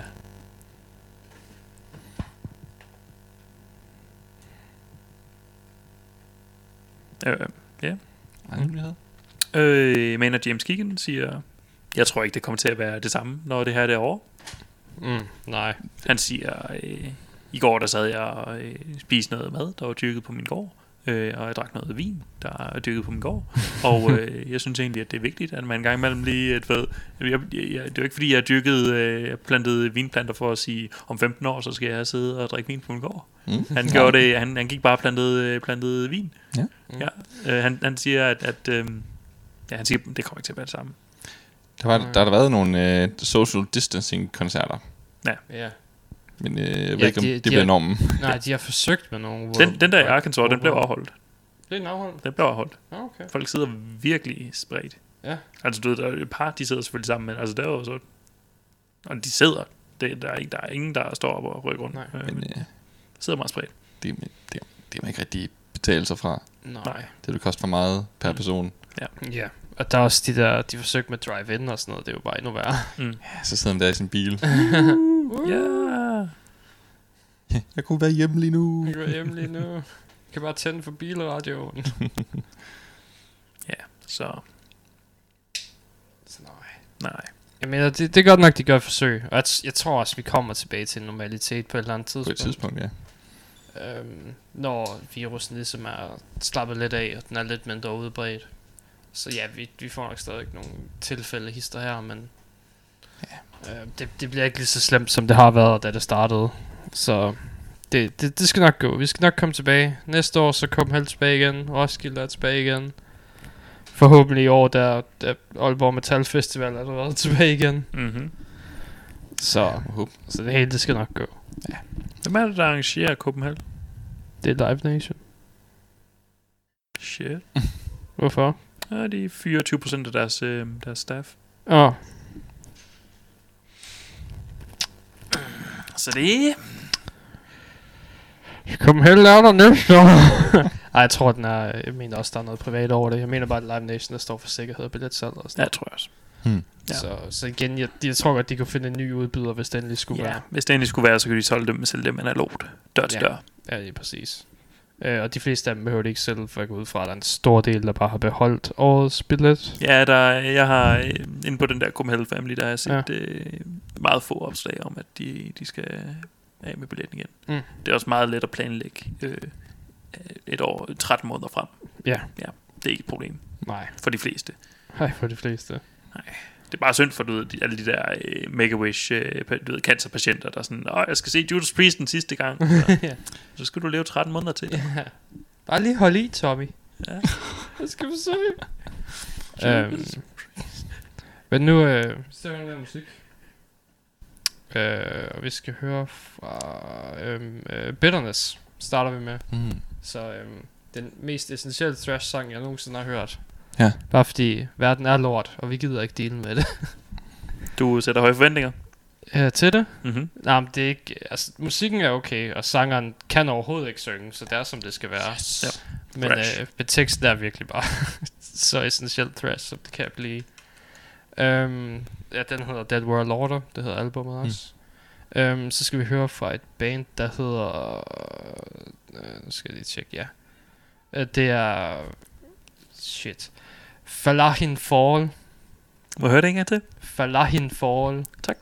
Ja. Andre nyheder? Men James Keegan siger, jeg tror ikke, det kommer til at være det samme, når det her er over. Nej. Han siger, i går der sad jeg og spiste noget mad, der var dyrket på min gård. Og jeg drak noget vin, der er dyrket på min gård. Og jeg synes egentlig, at det er vigtigt, at man en gang imellem lige... det er jo ikke fordi, jeg har dyrket plantet vinplanter for at sige, om 15 år, så skal jeg sidde og drikke vin på min gård. Han gjorde det, han gik bare og plantede vin. Ja. Han siger, at han siger, det kommer ikke til at være det samme. Der har været nogle social distancing koncerter. Ja. Men jeg ved ikke, om det bliver normen. Nej, de har forsøgt med nogle... Den der i Arkansas, den blev afholdt. Det er en afholdt? Den blev afholdt. Okay. Folk sidder virkelig spredt. Ja. Altså du ved, der er et par, de sidder selvfølgelig sammen, men altså der er jo så... Og de sidder. Der er ingen, der står op og rykker rundt. Nej. Men Sidder meget spredt. det må ikke rigtig betale sig fra. Nej. Det vil koste for meget per person. Ja. Og der er også de forsøg med drive-in og sådan noget. Det er jo bare endnu værre. Ja, så sidder man der i sin bil. Ja. Jeg kunne være hjemme lige nu. Jeg går hjem lige nu. Jeg kan bare tænde for bilradioen. Så nej. Jeg mener, det er godt nok, de gør et forsøg. Og jeg tror også, vi kommer tilbage til normalitet på et eller andet På et tidspunkt. tidspunkt, ja. Når virusen ligesom er slappet lidt af, og den er lidt mindre udbredt. Så ja, vi får nok stadig nogle tilfælde hister her, men det bliver ikke lige så slemt, som det har været, da det startede. Så det skal nok gå. Vi skal nok komme tilbage. Næste år, så kommer Held tilbage igen. Roskilde er tilbage igen. Forhåbentlig i år, der Aalborg Metal Festival er allerede tilbage igen. Mm-hmm. Så det hele, det skal nok gå. Hvem er det, der arrangerer Copenhagen? Det er Live Nation. Shit. Hvorfor? Ja, de fyrer 20% af deres staff. Så det... Copenhagen er der næste år. Ej, jeg tror, jeg mener også, der er noget privat over det. Jeg mener bare, at Live Nation, der står for sikkerhed og billetsalg og sådan. Ja, tror jeg også. Ja. Så igen, jeg tror godt, de kunne finde en ny udbyder, hvis det endelig skulle være. Hvis det endelig skulle være, så kunne de sælge dem analogt, dør til dør. Ja, det er præcis. Og de fleste af dem behøver det ikke selv, for at gå ud fra, at der er en stor del, der bare har beholdt årets billet. Ja, jeg har inde på den der Copenhagen Family, der har jeg set meget få opslag om, at de skal af med billetten igen. Det er også meget let at planlægge et år, 13 måneder frem. Ja. Det er ikke et problem. Nej. For de fleste. Nej, for de fleste. Nej. Det er bare synd for alle de der Make-A-Wish cancerpatienter, der er sådan, jeg skal se Judas Priest den sidste gang. Så skal du leve 13 måneder til. Ja. Bare lige hold i, Tommy. Ja. Jeg skal forsøge. Men nu så er der musik. Og vi skal høre fra Bitterness starter vi med. Så den mest essentielle thrash sang jeg nogensinde har hørt. Ja. Bare fordi verden er lort, og vi gider ikke dele med det. Du sætter høje forventninger til det? Nej, men det er ikke, altså musikken er okay, og sangeren kan overhovedet ikke synge, så det er som det skal være. Yes. Men teksten er virkelig bare så essentielt thrash, som det kan blive. Den hedder Dead World Order. Det hedder albumet også. Så skal vi høre fra et band, der hedder nu skal jeg lige tjekke, det er Falahin Fall. Må jeg høre det en gang til? Falahin Fall. Tak.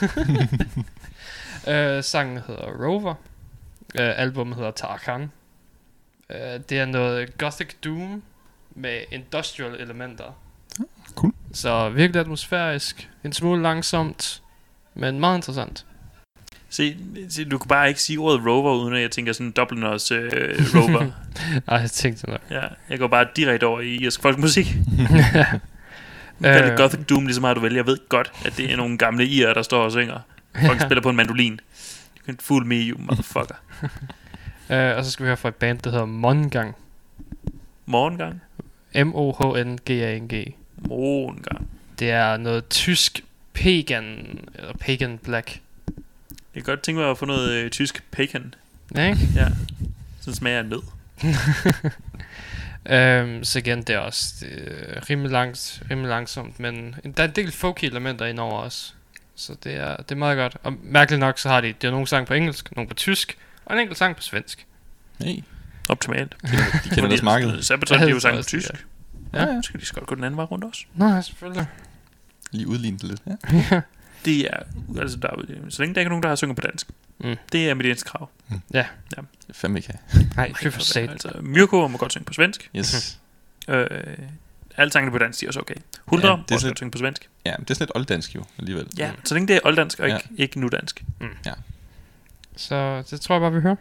Sangen hedder Rover. Albumet hedder Tarkan. Det er noget Gothic Doom med industrial elementer. Cool. Så virkelig atmosfærisk. En smule langsomt, men meget interessant. Se, du kan bare ikke sige ordet Rover, uden at jeg tænker sådan Dubliners Rover. Nej, jeg tænkte nok. Ja, jeg går bare direkte over i irsk folkmusik. Det Gothic Doom lige så meget du vælger. Jeg ved godt, at det er nogle gamle irer, der står og synger. Folk spiller på en mandolin. You can fool me, you motherfucker. Og så skal vi høre fra et band, der hedder Mongang. Morgengang? Mongang. Morgengang. Det er noget tysk pagan, eller pagan black. Jeg kan godt tænke mig at få noget tysk pagan. Ja, ikke? Ja. Sådan smager af nød. Så igen, det er også rimelig langsomt, men der er en del folky elementer indover også. Så det er meget godt. Og mærkeligt nok, så har de nogle sange på engelsk, nogle på tysk, og en enkelt sang på svensk. Hey. Optimalt. De kender deres marked. Sabaton, de er jo sang på tysk. Ja. Så skal de godt gå den anden vej rundt også. Nej, selvfølgelig. Lige udlignet lidt, ja. Det er, altså så længe der ikke er nogen, der har sunget på dansk. Det er mit eneste krav. Ja. Fandme ikke have. Nej, fy for sat. Altså, Myrko må godt synge på svensk. Yes. Alle sangene på dansk, de er også okay. Huldra må også godt synge på svensk. Ja, det er sådan lidt olddansk jo, alligevel. Ja, så længe det er olddansk og ikke nudansk. Ja. Så det tror jeg bare, vi hører.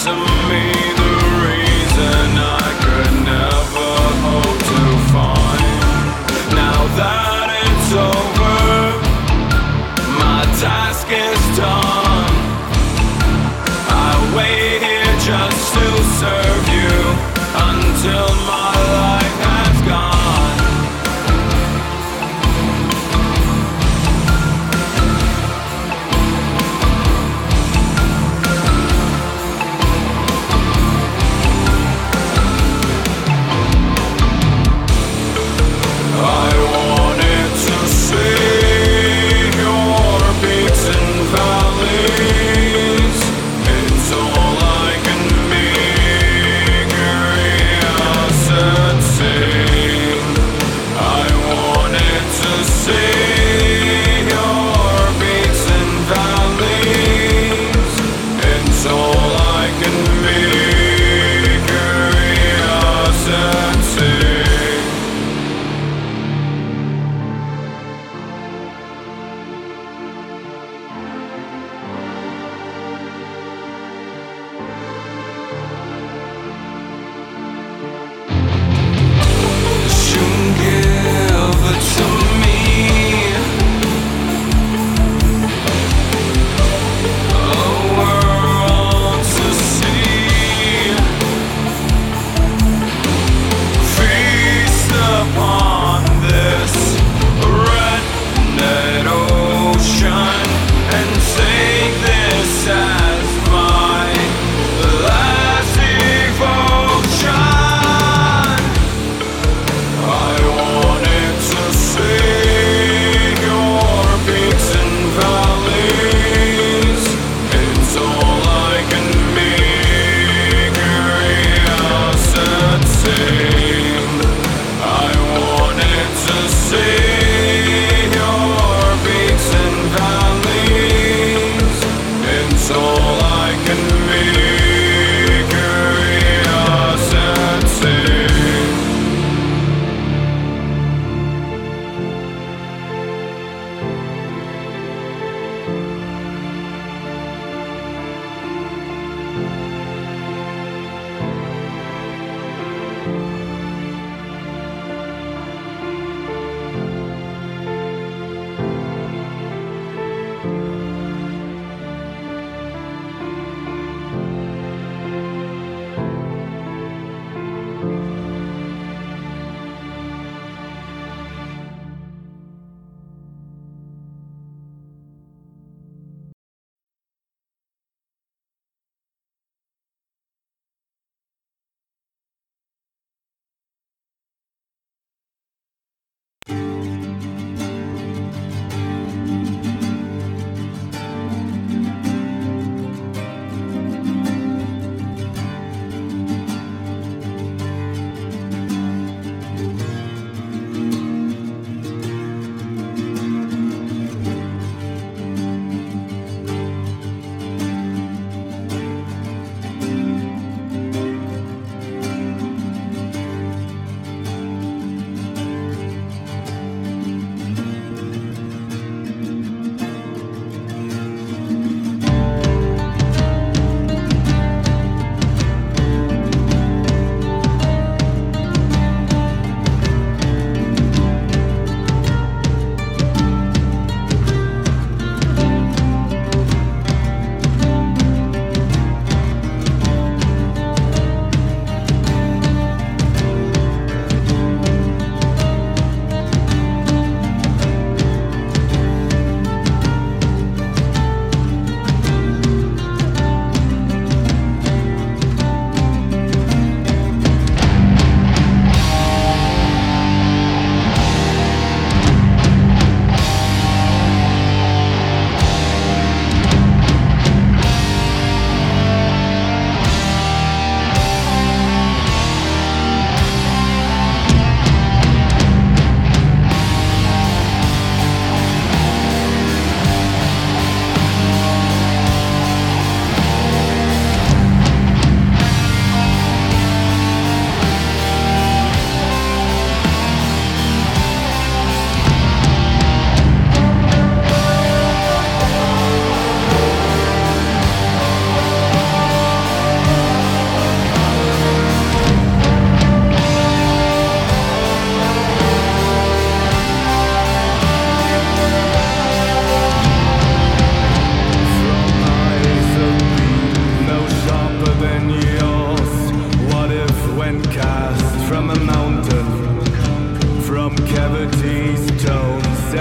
to me the reason I could never hope to find. Now that it's over, my task is done. I wait here just to serve you until my life has gone.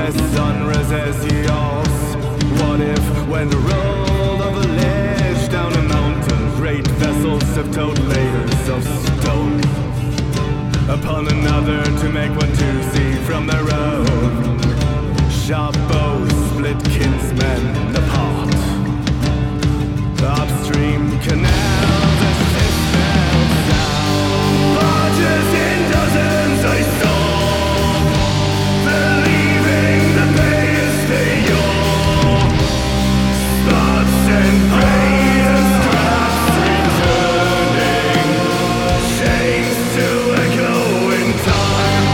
as sunrises yours. What if when rolled over the ledge down a mountain, great vessels have towed layers of stone upon another to make one to see from the road. Sharp bows split kinsmen apart. Upstream canals as ships fell down. Barges in dozens I saw, believing the bay is the yaw. Spots and braid and straps returning, chains to echo in time.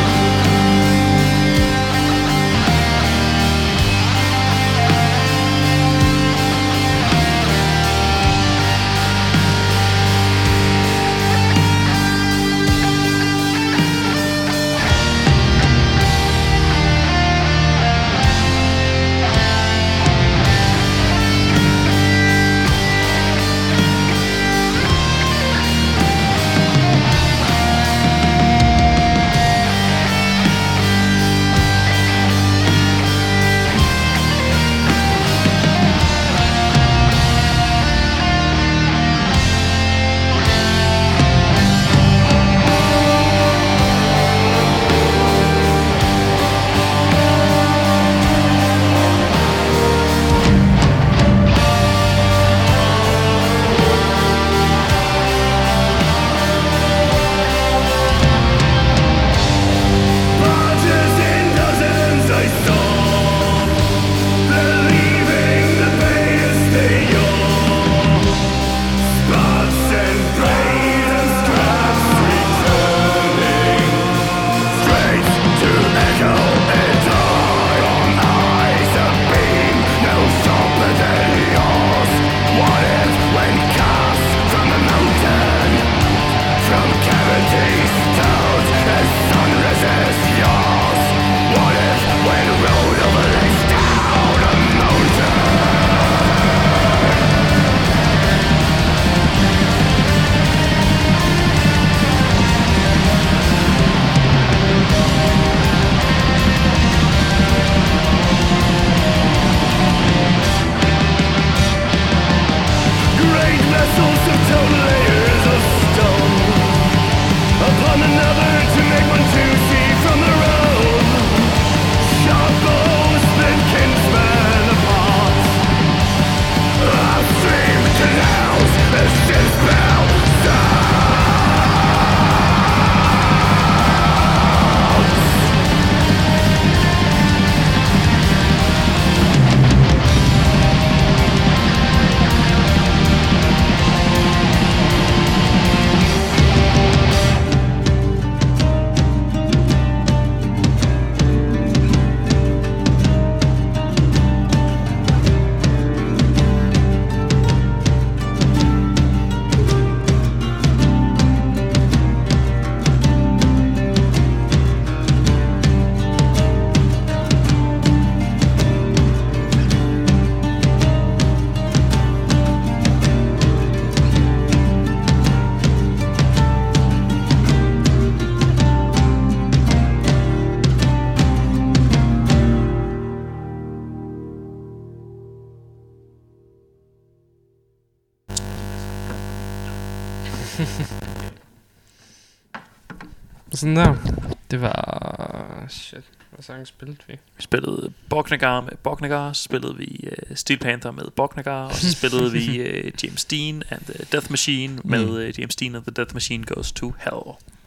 Sådan der. Det var... Shit, hvad sang spillede vi? Vi spillede Boknagar med Boknagar, så spillede vi Steel Panther med Boknagar, og så spillede vi James Dean and the Death Machine med James Dean and the Death Machine Goes to Hell.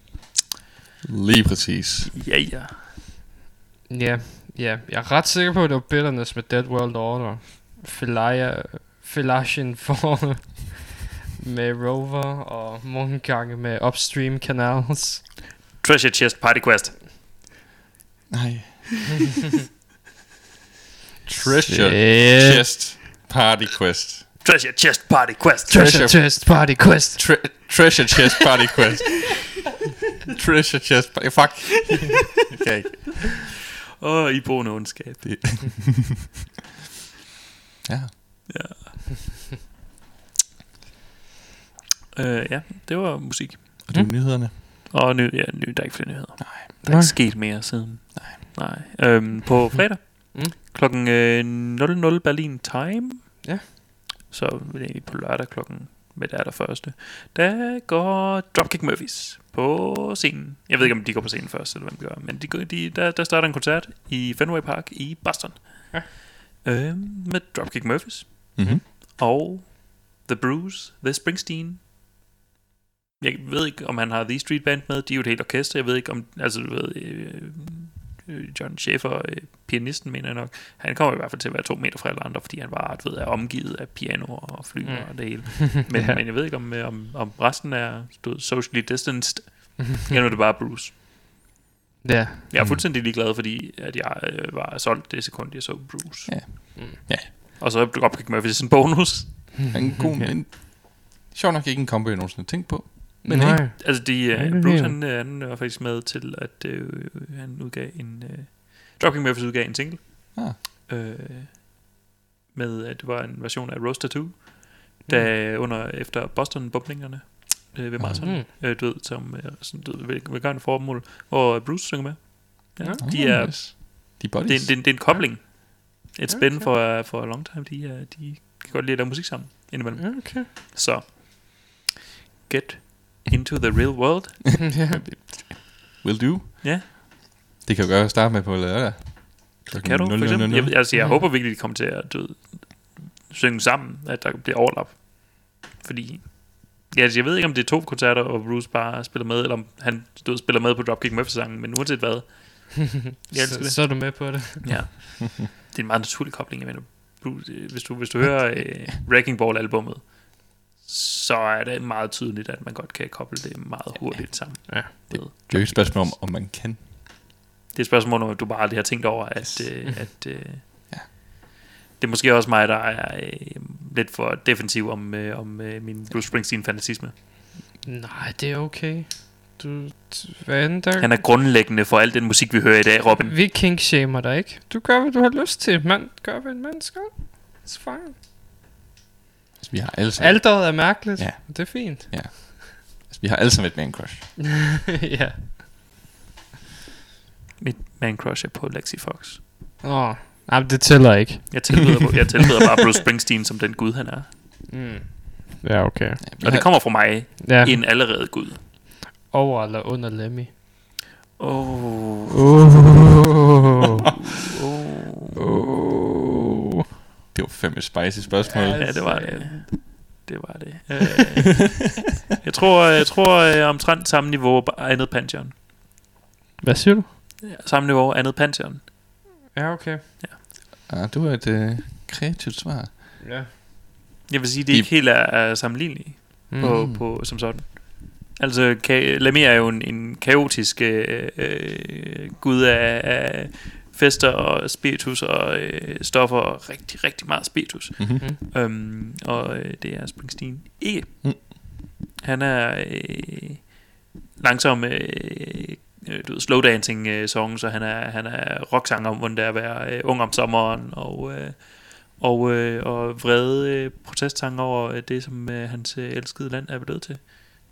Lige præcis. Ja, ja. Ja, jeg er ret sikker på, at det var Bitterness med Dead World Order. Felician Fall med Rover, og Mungange med Upstream Canals. Treasure Chest Party Quest. Nej. Treasure Chest Party Quest. Treasure Chest Party Quest. Treasure Chest Party Quest. Treasure Chest Party Quest. Treasure Chest Party... Fuck. Okay. Iboende ondskab. Ja. Ja, det var musik. Og det er nyhederne. Og der er ikke flere nyheder. Nej. Der er ikke sket mere siden. Nej. På fredag Klokken 00 Berlin time. Ja. Så det er på lørdag klokken, hvad det er der første. Der går Dropkick Murphys på scenen. Jeg ved ikke, om de går på scenen først, eller hvem de gør. Men der starter en koncert i Fenway Park i Boston. Ja. Med Dropkick Murphys. Mm-hmm. Og The Bruce, The Springsteen. Jeg ved ikke, om han har The Street Band med. De er jo et helt orkester. Jeg ved ikke, om... Altså, du ved... John Schaefer, pianisten, mener jeg nok. Han kommer i hvert fald til at være 2 meter fra alle andre, fordi han var er omgivet af pianoer og fly og det hele. Men jeg ved ikke, om resten er socially distanced. Eller er det bare Bruce. Ja. Jeg er fuldstændig ligeglad, fordi at jeg var solgt det sekund, jeg så Bruce. Ja. Ja. Og så Dropkick Murphys en bonus. En god, men sjovt nok ikke en combo, jeg nogensinde har tænkt på. Men Nej. Altså Bruce han var faktisk med til at han udgav en Dropkick Murphys udgav en single med at det var en version af Rose Tattoo der efter Boston-bombningerne ved marathon du ved som sådan velgørende formål hvor Bruce synger med. Ja, de er det er en kobling. Et spænd for a long time. De kan godt lide at lave musik sammen indimellem. Okay. Så get into the real world. Will do. Ja. Det kan jo gøre at starte med på lørdag. Kan du for eksempel? Jeg håber virkelig, de kommer til at synge sammen, at der bliver overlap. Fordi jeg ved ikke, om det er 2 koncerter, og Bruce bare spiller med, eller om han spiller med på Dropkick Murphys-sangen, men uanset hvad. Så er du med på det. Ja. Det er en meget naturlig kobling. Jeg mener, Bruce, hvis du hører Wrecking Ball-albummet, så er det meget tydeligt, at man godt kan koble det meget hurtigt sammen. Ja. Det er jo ikke et spørgsmål om man kan. Det er et spørgsmål, om du bare aldrig har tænkt over, at det er måske også mig, der er lidt for defensiv om min Bruce Springsteen-fanatisme. Nej, det er okay. Hvad end der... Han er grundlæggende for al den musik, vi hører i dag, Robin. Vi king-shamer dig ikke. Du gør, hvad du har lyst til. Man gør, hvad en mand skal. It's fine. Altså, vi har alle sammen... Alderet er mærkeligt. Ja. Det er fint. Ja. Altså, vi har alle sammen et man-crush. Ja. Mit man-crush er på Lexi Fox. Nej, det tæller ikke. Jeg tilbeder bare Bruce Springsteen som den gud, han er. Ja, okay. Ja, og det kommer fra mig, en allerede gud. Over eller under Lemmy? Det var fandme et spicy spørgsmål. Ja, det var det. Det var det. Jeg tror omtrent samme niveau andet Pantheon. Hvad siger du? Ja, samme niveau andet Pantheon. Ja, okay. Ja, du er et kreativt svar. Ja. Jeg vil sige, det ikke helt er sammenligneligt på som sådan. Altså, Lemmy er jo en kaotisk gud af fester og spiritus og stoffer og rigtig, rigtig meget spiritus. Og det er Springsteen ikke. Han er langsom slow dancing song, så han er rocksanger om hvordan det er at være ung om sommeren og vrede protestsange over det som hans elskede land er blevet til.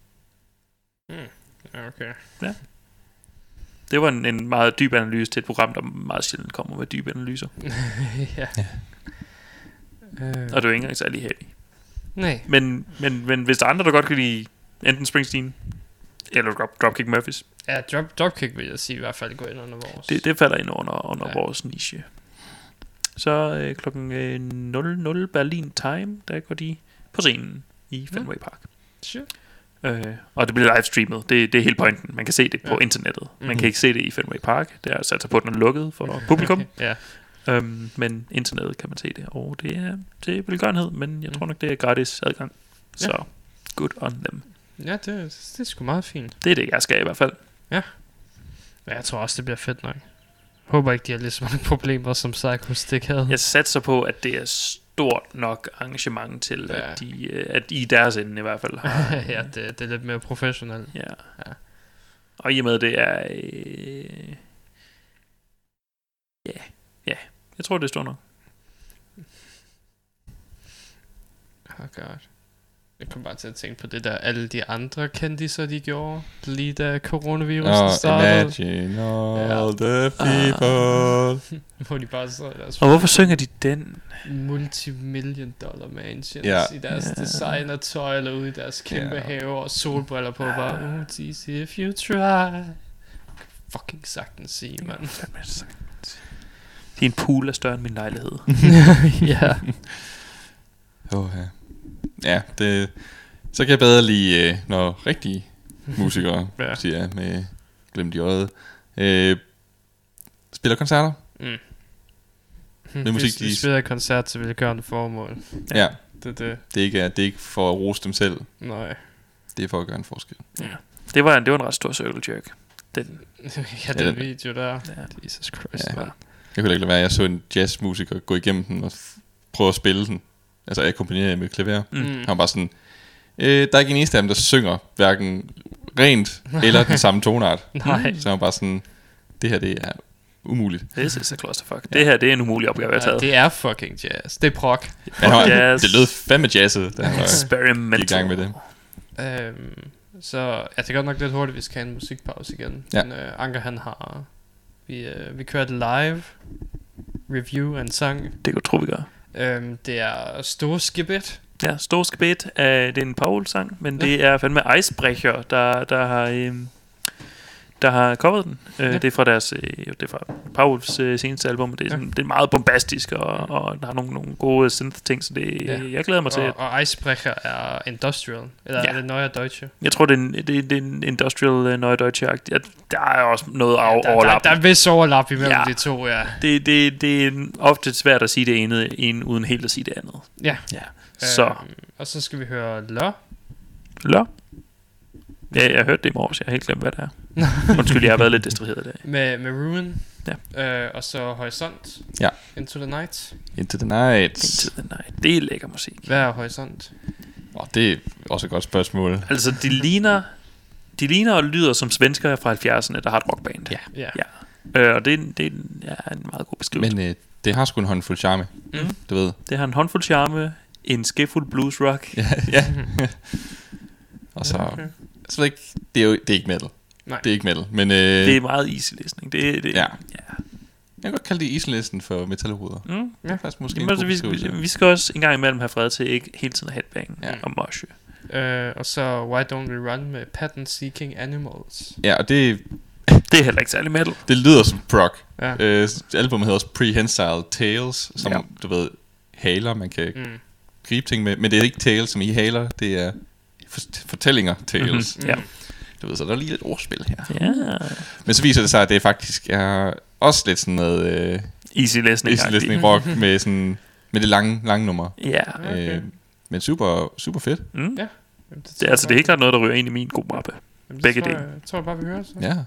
Okay. Ja. Det var en meget dyb analyse til et program, der meget sjældent kommer med dybe analyser. Ja. Og det er jo ikke engang særlig heavy. Nej. Men hvis der er andre, der godt kan lide enten Springsteen eller Dropkick Murphys. Ja, Dropkick vil jeg sige i hvert fald gå ind under vores. Det falder ind under vores niche. Så klokken 00 Berlin time, der går de på scenen i Fenway Park. Sure. Og det bliver livestreamet. Det er hele pointen. Man kan se det på internettet. Man kan ikke se det i Fenway Park. Det er sat sig på, at den er lukket for publikum. Ja. Men internettet kan man se det. Og det er velgørenhed, men jeg tror nok, det er gratis adgang. Så good on them. Ja, det er sgu meget fint. Det er det, jeg skal i hvert fald. Ja. Jeg tror også, det bliver fedt nok. Håber ikke, de har lige så mange problemer, som Psycho Stick havde. Jeg satser på, at det er stort nok arrangement til, at i deres ende i hvert fald har... Ja, det er lidt mere professionelt. Ja. Og i og med, det er... Ja. Jeg tror, det er stort nok. Oh god. Jeg kom bare til at tænke på det der, alle de andre kendiser, de gjorde, lige da coronavirusen startede. Imagine all the people. Hvor de bare så deres Og hvorfor synger de den? multimillion-dollar mansions Ja. i deres designertøj, eller ude i deres kæmpe have, og solbriller på, bare, it's easy if you try. Fucking sagtens sige, mand. Din pool er større end min lejlighed. Ja. Ja, så kan jeg bedre lide, når rigtige musikere, Ja. siger jeg med glemt i øjet, spiller koncerter. musik, Hvis de- de spiller koncert til velgørende formål. Ja, Det er det. det er ikke for at rose dem selv. Nej. Det er for at gøre en forskel. Det var en ret stor circle jerk. Den. Ja, den video der. Ja. Jesus Christ, Ja. man. Jeg kunne ikke lade være, jeg så en jazzmusiker gå igennem den og prøve at spille den. Altså akkompagnere med klaver. Han var bare sådan, der er ikke en eneste af dem, der synger hverken rent eller den samme tonart. Nej. Så han var bare sådan, det her det er umuligt. This is a clusterfuck. Det her, det er en umulig opgave at Ja, have taget. det er fucking jazz. Det er prog. Jazz. Det lød fandme jazzet, da han var Experimental. i gang med det. Så ja, det er godt nok lidt hurtigt, vi skal have en musikpause igen. Ja. Men Anker, han har... Vi kørte live review af en sang. Det kunne tro, vi gør. Det er Store Skibet. Ja, Stor Skibet. Det er en Paul-sang, men det er fandme Icebreaker, der har coveret den. Det er fra deres, det er fra Pauls seneste album. Det er, sådan, det er meget bombastisk, og der har nogle gode synth-ting, så det, jeg glæder mig til. Og Icebreaker er industrial. Eller er det Neue Deutsche? Jeg tror, det er en industrial Neue Deutsche-agtig. Der er også noget overlap. Der er en vis overlap imellem Ja. de to, ja. Det er ofte svært at sige det ene uden helt at sige det andet. Ja. Så. Og så skal vi høre Lør. Lør? Ja, jeg hørte det i morges. Jeg har helt glemt, hvad det er. Undskyld, jeg har været lidt distraheret i dag. Med Ruin. Ja. Og så Horisont. Ja. Into the Night. Into the Night. Into the Night. Det er lækker musik. Hvad er Horisont? Det er også et godt spørgsmål. Altså, de ligner og lyder som svenskere fra 70'erne, der har et rockband. Ja. Og det er en meget god beskrivelse. Men det har sgu en håndfuld charme. Du ved. Det har en håndfuld charme, en skefuld blues rock. Ja. Og så... Okay. Så ved jeg ikke, det er ikke metal. Nej. Det er ikke metal, men... Det er meget easy listening. Ja. Ja. Jeg kan godt kalde det islisten for metalhoveder. Det er faktisk måske en god beskrivelse. Vi skal også en gang imellem have fred til ikke hele tiden at headbang og moshe. Og så Why Don't We Run med Pattern Seeking Animals. Ja, og det Det er heller ikke særlig metal. Det lyder som prog. Ja. Albumet hedder også Prehensile Tales, som du ved, haler, man kan gribe ting med. Men det er ikke tales, som I haler, det er fortællinger, tales. Ja. Du ved, så der er lige lidt ordspil her. Ja. Men så viser det sig, at det faktisk er også lidt sådan noget Easy listening rock med sådan med det lange nummer. Ja. Okay. Men super fedt. Ja. Det er altså det er helt klart noget, der ryger ind i min gode mappe. Begge dele. Jeg tror bare, vi hører så. Ja.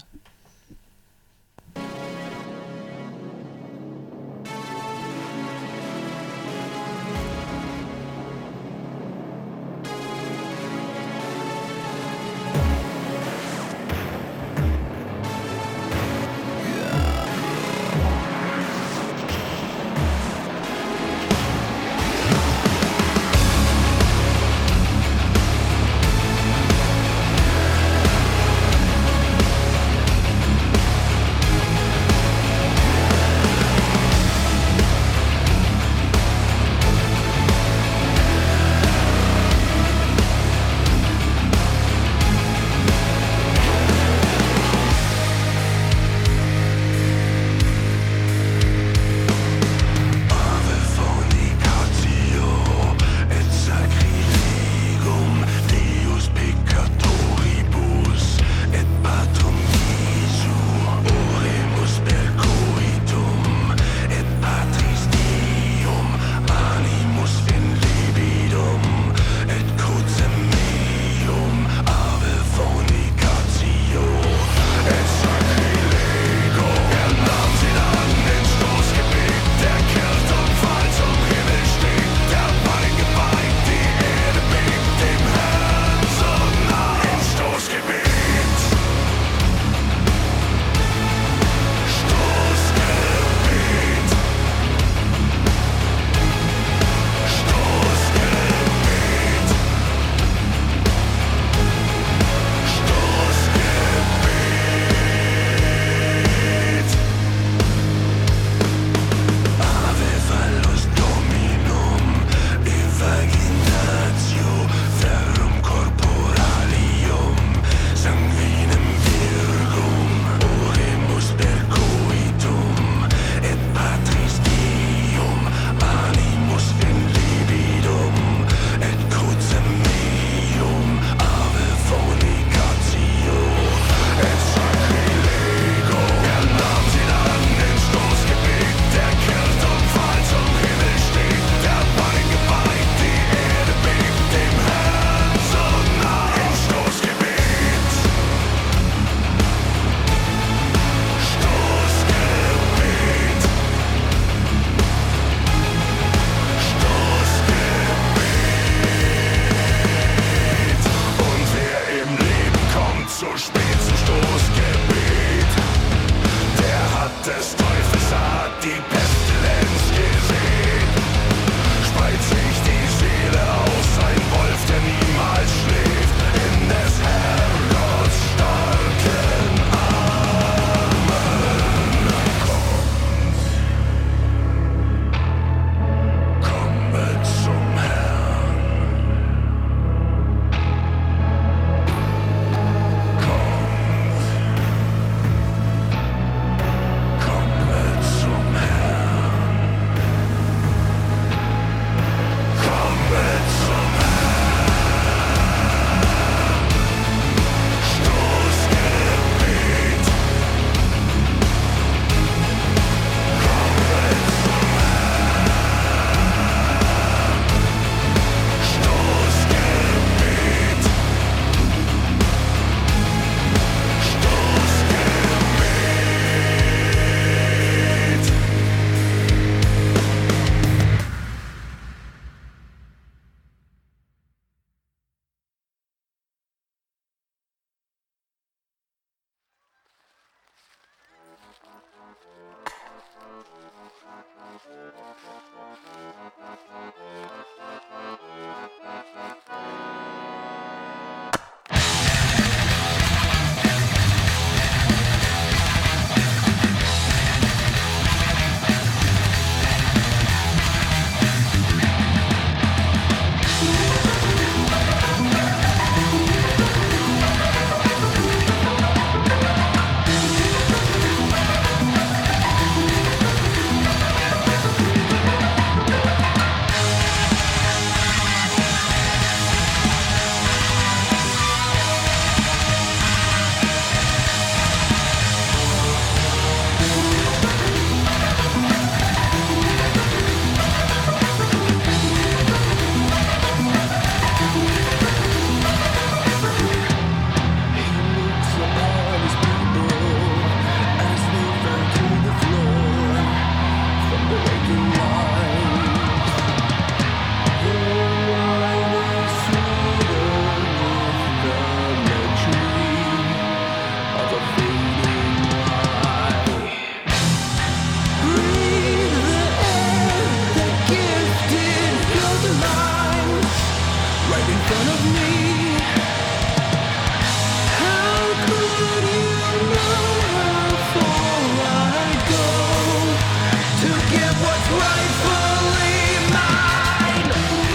what's rightfully mine.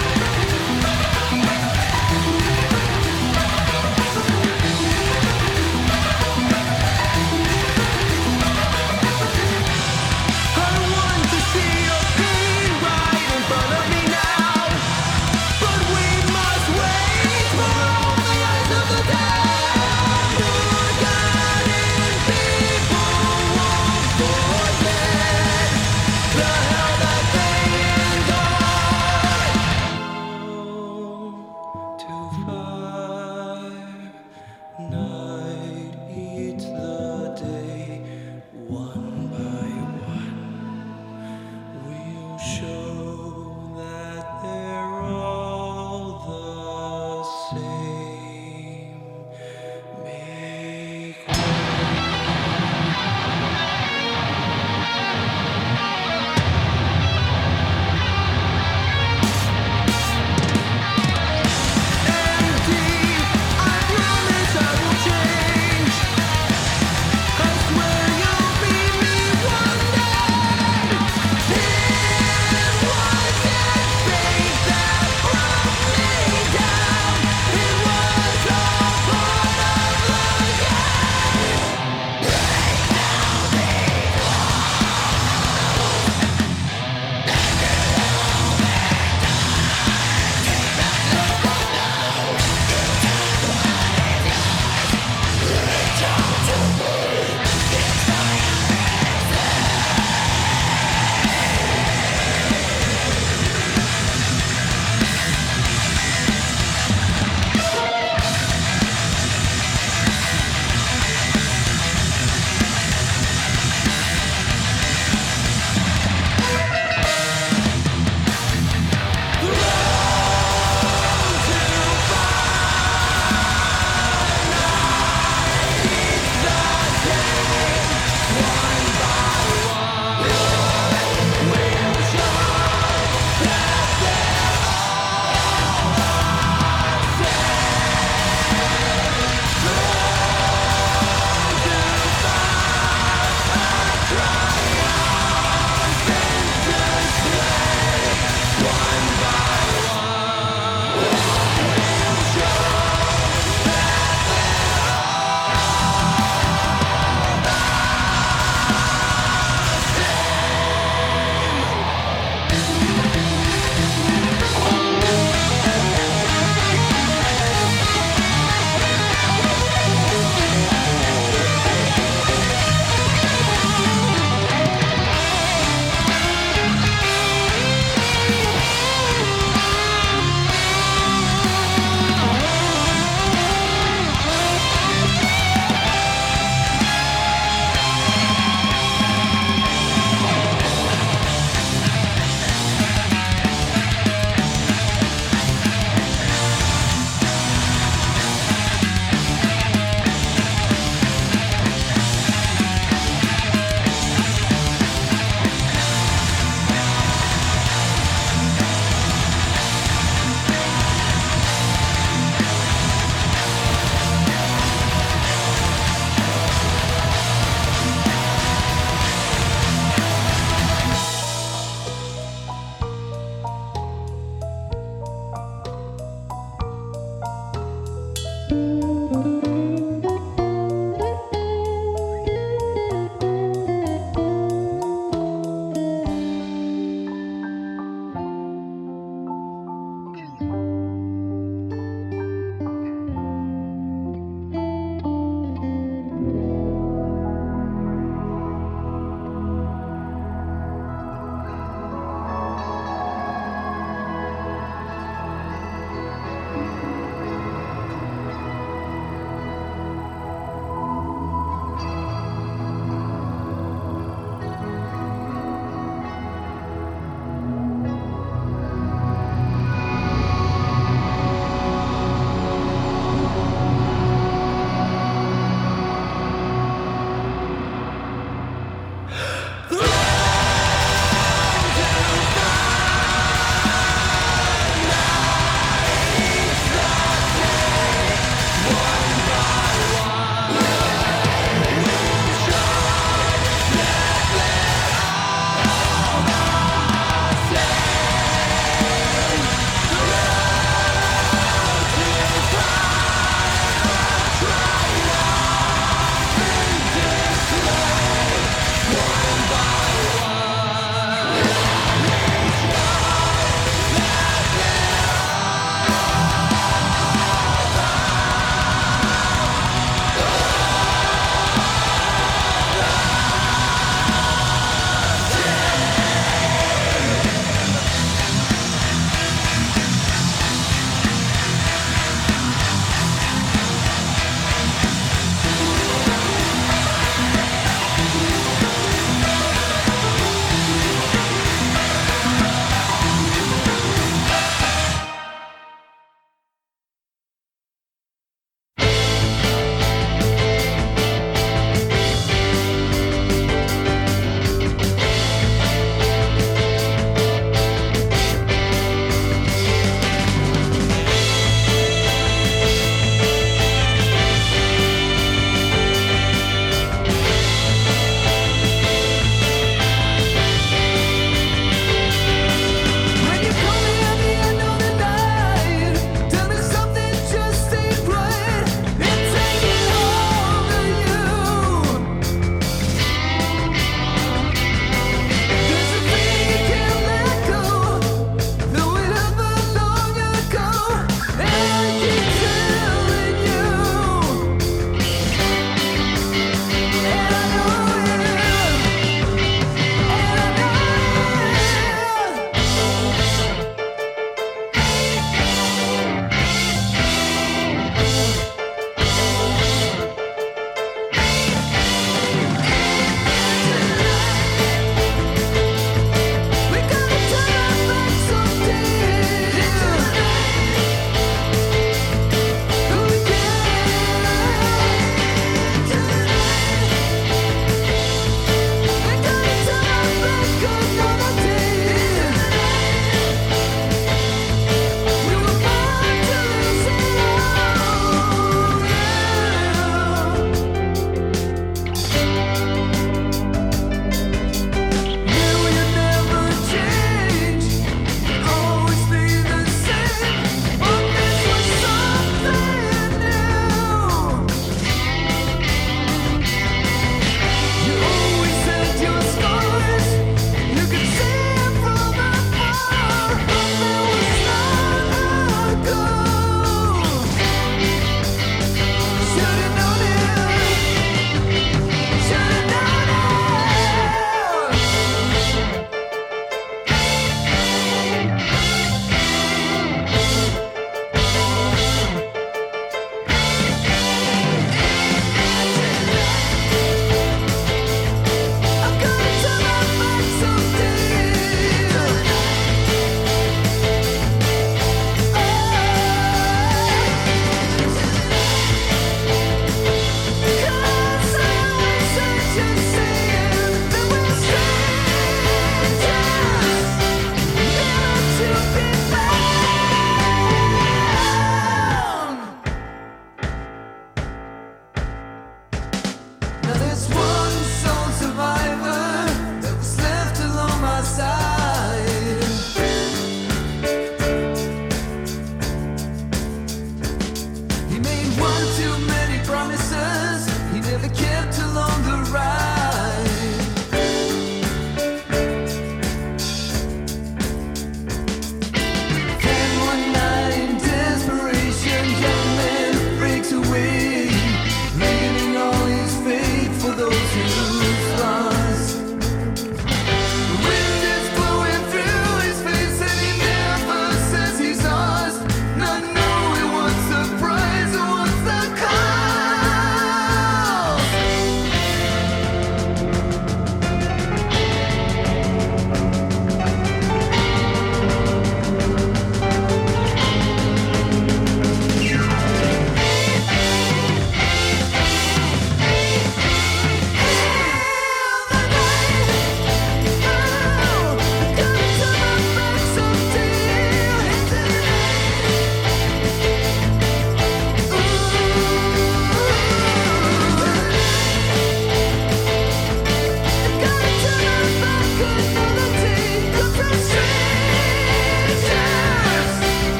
I want to see your pain right in front of me now, but we must wait for all the eyes of the dead. Forgotten people won't forget the hell that they endured. Too far, night eats the day. One by one, we'll show that they're all the same. Make empty. I promise I will change. I swear you'll be me one day. Here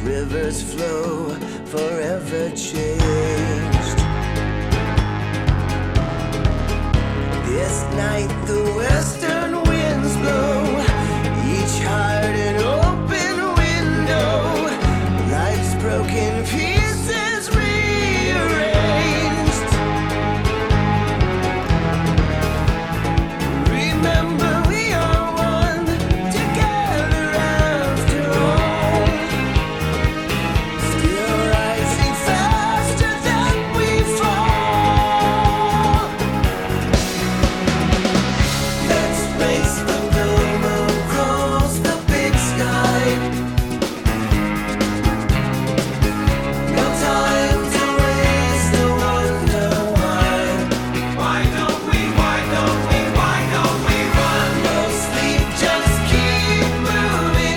rivers flow, forever changed. This night the western winds blow, each heart an open window, life's broken pieces rearranged. Remember we are one, together after all, still rising faster than we fall. Let's race the bloom across the big sky. No time to waste, to wonder why. Why don't we run? No sleep, just keep moving,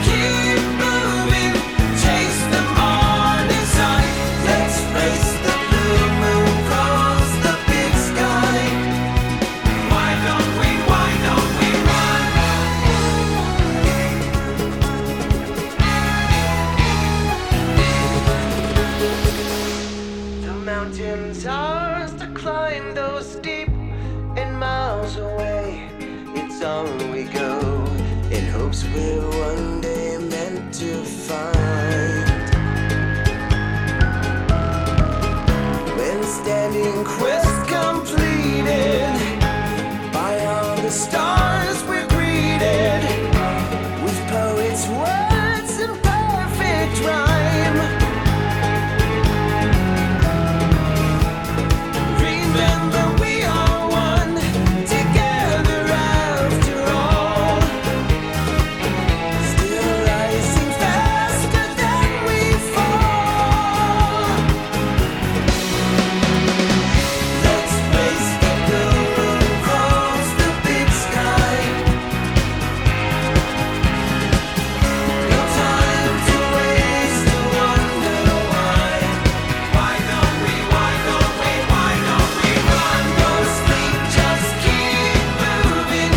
chase the morning sun. Let's race the blue moon across the big sky. Why don't we run? The mountains ours to climb, those steep and miles away. It's on we go, in hopes we're one day meant to find. When standing quest completed, by all the stars we're greeted, with poets' words in perfect rhyme. Remember we are one, together after all, still rising faster than we fall. Let's race the blue across the big sky. No time to waste, to wonder why. Why don't we run? No sleep, just keep moving,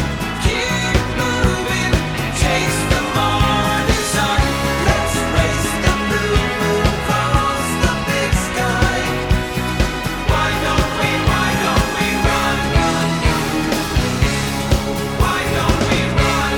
chase the morning sun. Let's race the blue moon across the big sky. Why don't we run? Why don't we run? Why don't we run?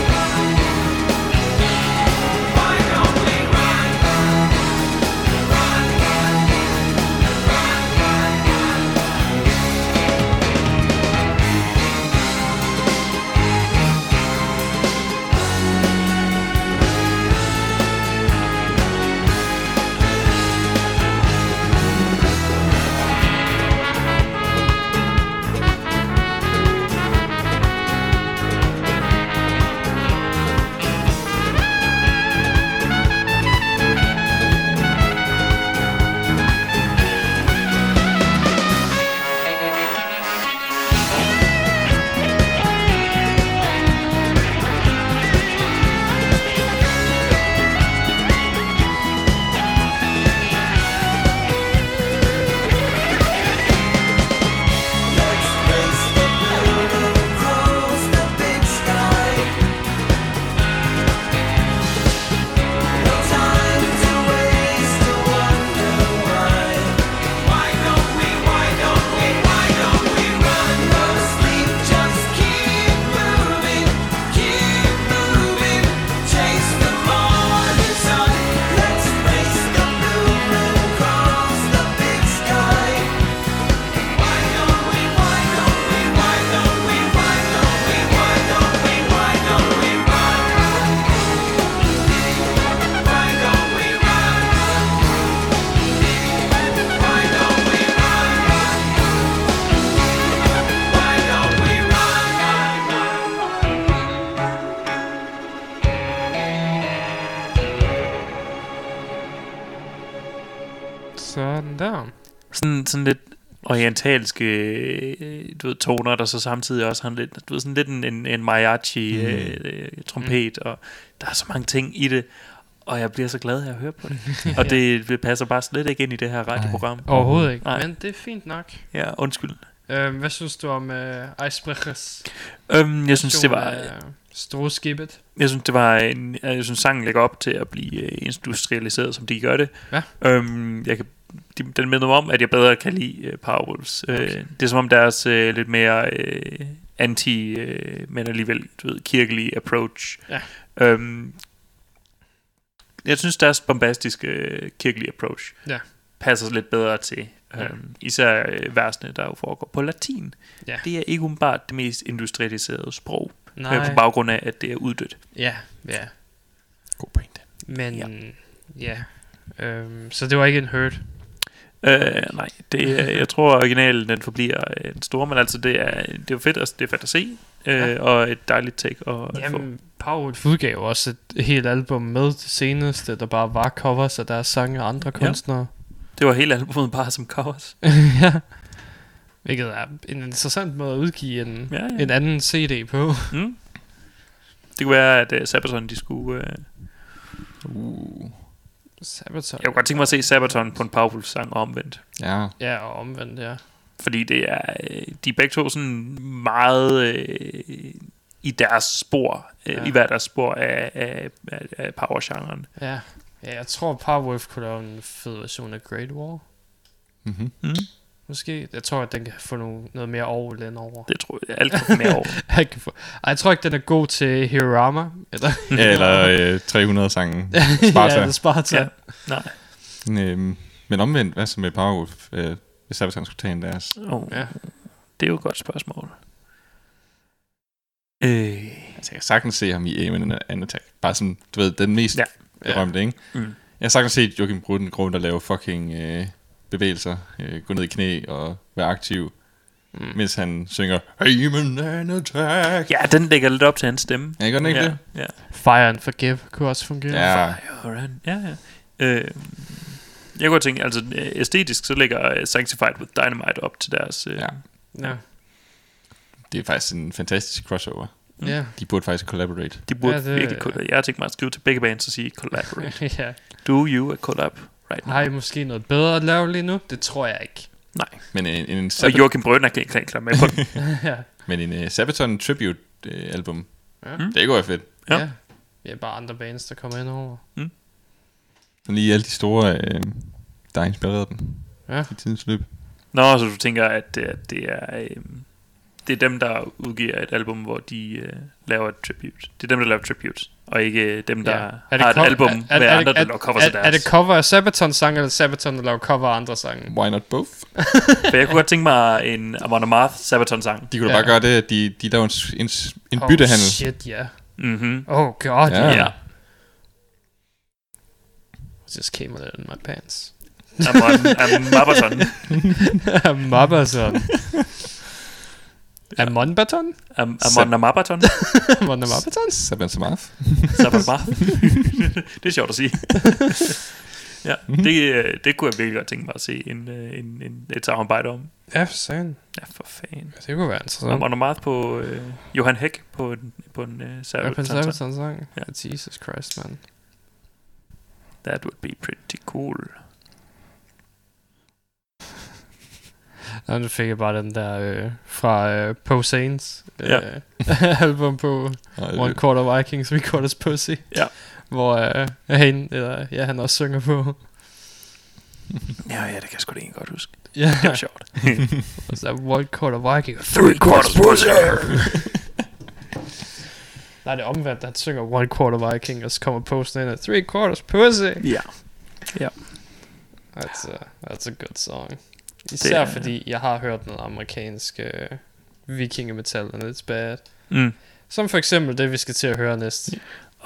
Let's race the blue moon across the big sky. No time to waste, to wonder why. Why don't we run? No sleep, just keep moving, chase the morning sun. Let's race the blue moon across the big sky. Why don't we run? Sådan der. Sådan lidt orientalske du ved, toner, der så samtidig også har en lidt, du ved, sådan lidt en mariachi trompet, og der er så mange ting i det, og jeg bliver så glad af at høre på det. Og det passer bare slet ikke ind i det her radioprogram. Overhovedet ikke. Nej. Men det er fint nok. Ja, undskyld. Hvad synes du om Icebreakers? Jeg synes det var Storskibet. Jeg synes, jeg synes, sangen lægger op til at blive industrialiseret, som de gør det. Ja. Den minder mig om, at jeg bedre kan lide Powerwolves. Okay. Det er som om deres lidt mere anti, men alligevel kirkelige approach. Ja. Jeg synes, deres bombastiske kirkelige approach passer lidt bedre til. Især versene, der jo foregår på latin. Ja. Det er ikke umiddelbart det mest industrialiserede sprog. Nej. På baggrund af, at det er uddødt. Ja. God pointe. Men, så det var ikke en hurt. Nej, jeg tror originalen den forbliver en stor, men altså det er jo fedt, det er fedt at se, og et dejligt take at få. Powerwolf udgav også et helt album med det seneste, der bare var covers af deres sange og andre kunstnere. Det var hele albumet bare som covers. Ja. Hvilket er en interessant måde at udgive en anden CD på. Mm. Det kunne være, at Sabaton de skulle... Sabaton. Jeg kunne godt tænke mig at se Sabaton på en Powerwolf-sang og omvendt. Ja. Ja, og omvendt, ja. Fordi det er... De er begge to sådan meget... i deres spor. I hver deres spor af power-genren. Ja, jeg tror Powerwolf kunne lave en fed version af Great War. Mm-hmm. Måske. Jeg tror, at den kan få noget mere over end over. Det tror jeg. Alt kan få mere over. Jeg tror ikke, den er god til Hirama. Eller 300 sangen. Sparta. Ja, Sparta. Ja. Nej. Men omvendt, hvad så med Powerwolf? Hvis Sabaton skulle tage en deres? Det er jo et godt spørgsmål. Altså, jeg kan sagtens se ham i Amen and Attack. Bare sådan, du ved, den mest berømte, ikke? Mm. Jeg har sagtens set Joachim Bruden, der laver fucking bevægelser, gå ned i knæ og være aktiv, mens han synger Amen and Attack. Ja, den lægger lidt op til hans stemme. Ja, gør den ikke det? Ja. Fire and Forgive kunne også fungere. Ja. Fire and, jeg kunne godt tænke, altså æstetisk, så lægger Sanctified with Dynamite op til deres... Ja. Det er faktisk en fantastisk crossover. Ja. De burde faktisk collaborate. De burde virkelig collaborate. Jeg har tænkt mig at skrive til begge bands og sige collaborate. Ja. Do you a collab right now? Har I måske noget bedre at lave lige nu? Det tror jeg ikke. Nej. Men en og Joachim Brødner kan ikke klare med på den. Ja. Men en Sabaton tribute album. Det går være fedt. Ja. Vi er bare andre bands, der kommer ind over. Lige alle de store, der har inspireret dem i tidens løb. Nå, så du tænker, at det er dem, der udgiver et album, hvor de laver et tribute. Det er dem, der laver tribute, og ikke dem, der har et album med andre, der laver covers af deres. Er det cover af Sabatons sang, eller Sabaton, der laver cover af andre sange? Why not both? For jeg kunne godt tænke mig en Amon Amarth Sabaton-sang. De kunne da bare gøre det, at de laver en byttehandel. Shit, ja. Mm-hmm. Oh god, ja. Just came a little in my pants. Amon-Baton. Amon-Baton. Amon-Baton? Amon-Baton. Amon-Baton? Sabaton. Det er sjovt at sige. Ja, det kunne jeg virkelig godt tænke mig at se et samarbejde om. Ja, for sagen. Ja, for fanden. Det kunne være interessant. Amon Amarth på Johan Hæk på en Sabaton-sang. Ja. Jesus Christ, man. That would be pretty cool. Og nu fik jeg bare den der fra Poe Saints album på One Quarter Vikings, 3 Quarters Pussy. Ja. Hvor han også synger på. Ja, det kan jeg sgu da egentlig godt huske. Ja. Det var sjovt. Og så One Quarter Viking, 3 Quarters Pussy. Nej, det er omvendt, han synger One Quarter Viking, og så kommer posten ind af 3 Quarters Pussy. Ja. That's a good song. Især fordi jeg har hørt noget amerikansk vikingemetal, and it's bad. Som for eksempel det, vi skal til at høre næste.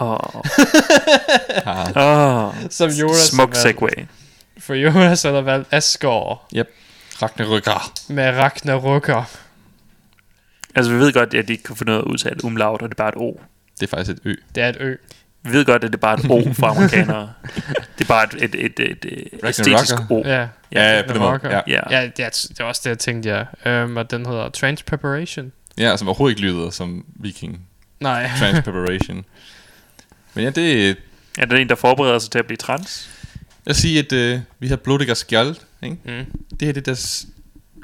Som Jonas smuk segway. For Jonas har valgt Asgård. Yep. Ragnarøkker. Med Ragnarøkker. Altså vi ved godt, at de ikke kan få noget at udtale umlaut, og det er bare et O. Det er faktisk et ø. Det er et ø. Vi ved godt, at det er bare et O for amerikanere. Det er bare et æstetisk O. Ja, på den måde. Ja, det er også det, jeg tænkte, og den hedder Trans Preparation. Ja, som overhovedet ikke lyder som viking. Nej. Trans Preparation. Men ja, det er det en, der forbereder sig til at blive trans? Jeg siger, at vi har Blodiger Skjold, ikke? Det her det er deres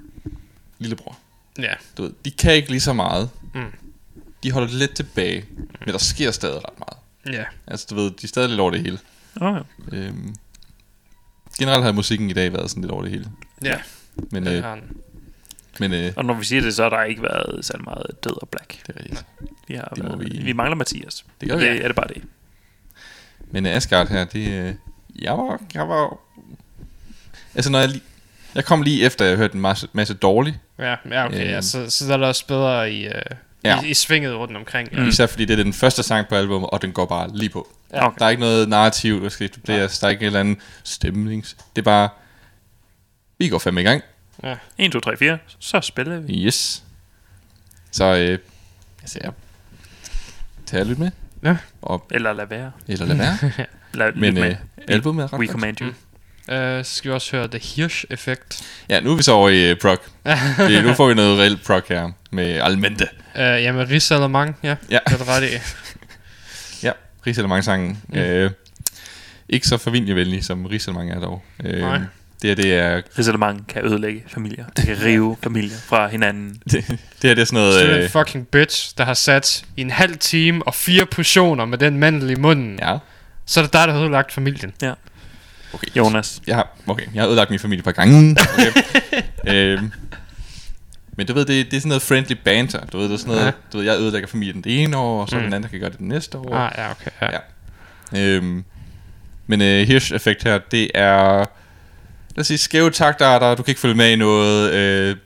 lillebror. Ja. Du ved, de kan ikke lige så meget. De holder det lidt tilbage. Men der sker stadig ret meget. Ja. Altså du ved, de er stadig lidt over det hele. Ja. Generelt har musikken i dag været sådan lidt over det hele. Ja. Men, Det har den. men Og når vi siger det, så har der ikke været særlig meget død og black. det er rigtigt. Vi har vi mangler Mathias. Det gør vi. Er det bare det? Men Asgard her, det... Jeg var... Altså når jeg kom lige efter, jeg hørte en masse dårlig. Ja, okay. Ja, så er der også bedre i svinget rundt omkring. Ja. Især fordi det er den første sang på albumet, og den går bare lige på. Ja, okay. Der er ikke noget narrativ, der skal etableres. Der er ikke en eller anden stemnings. Det er bare... Vi går fandme i gang. Ja. 1, 2, 3, 4. Så spiller vi. Yes. Så altså jeg tager lidt med. Ja. Og, Eller lad være. eller lad være. Men albumet er ret We godt. command you. Så skal vi også høre The Hirsch-effekt. Ja, nu er vi så over i prog. Nu får vi noget reelt prog her med Almente. Med Risalamang, ja. Ja. Det er du ret i. Ja, Risalamang-sangen. Ikke så familievenlig som Risalamang er dog. Nej. Det er Risalamang kan ødelægge familier. Det kan rive familier fra hinanden. det er sådan Så noget... er en fucking bitch, der har sat i en halv time og 4 portioner med den mandel i munden. Ja. Så er det dig, der har ødelagt familien. Ja. Okay. Jonas. Jeg har ødelagt min familie et par gange. Okay. Men du ved, det er sådan noget friendly banter. Du ved, det er sådan noget, du ved, jeg ødelægger familien det ene år, og så den anden, der kan gøre det næste år. Ja, okay. Ja. Men Hirsch-effekt her, det er... Lad os sige, skæve taktarter, du kan ikke følge med i noget.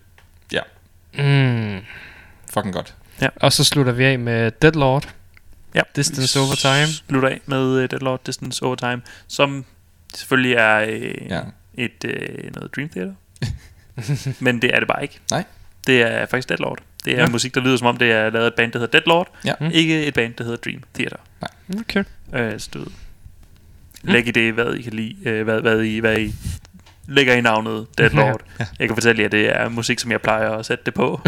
Fucking godt. Og så slutter vi af med Deadlord. Ja. Distance Over Time. Slutter af med Deadlord Distance Over Time, som selvfølgelig er noget Dream Theater. Men det er det bare ikke. Nej. Det er faktisk Deadlord. Det er musik, der lyder som om det er lavet et band, der hedder Deadlord. Ja. Ikke et band, der hedder Dream Theater. Okay. Så du ved. Læg i det, hvad I kan lide, hvad I lægger i navnet Deadlord. Jeg kan fortælle jer, at det er musik, som jeg plejer at sætte det på.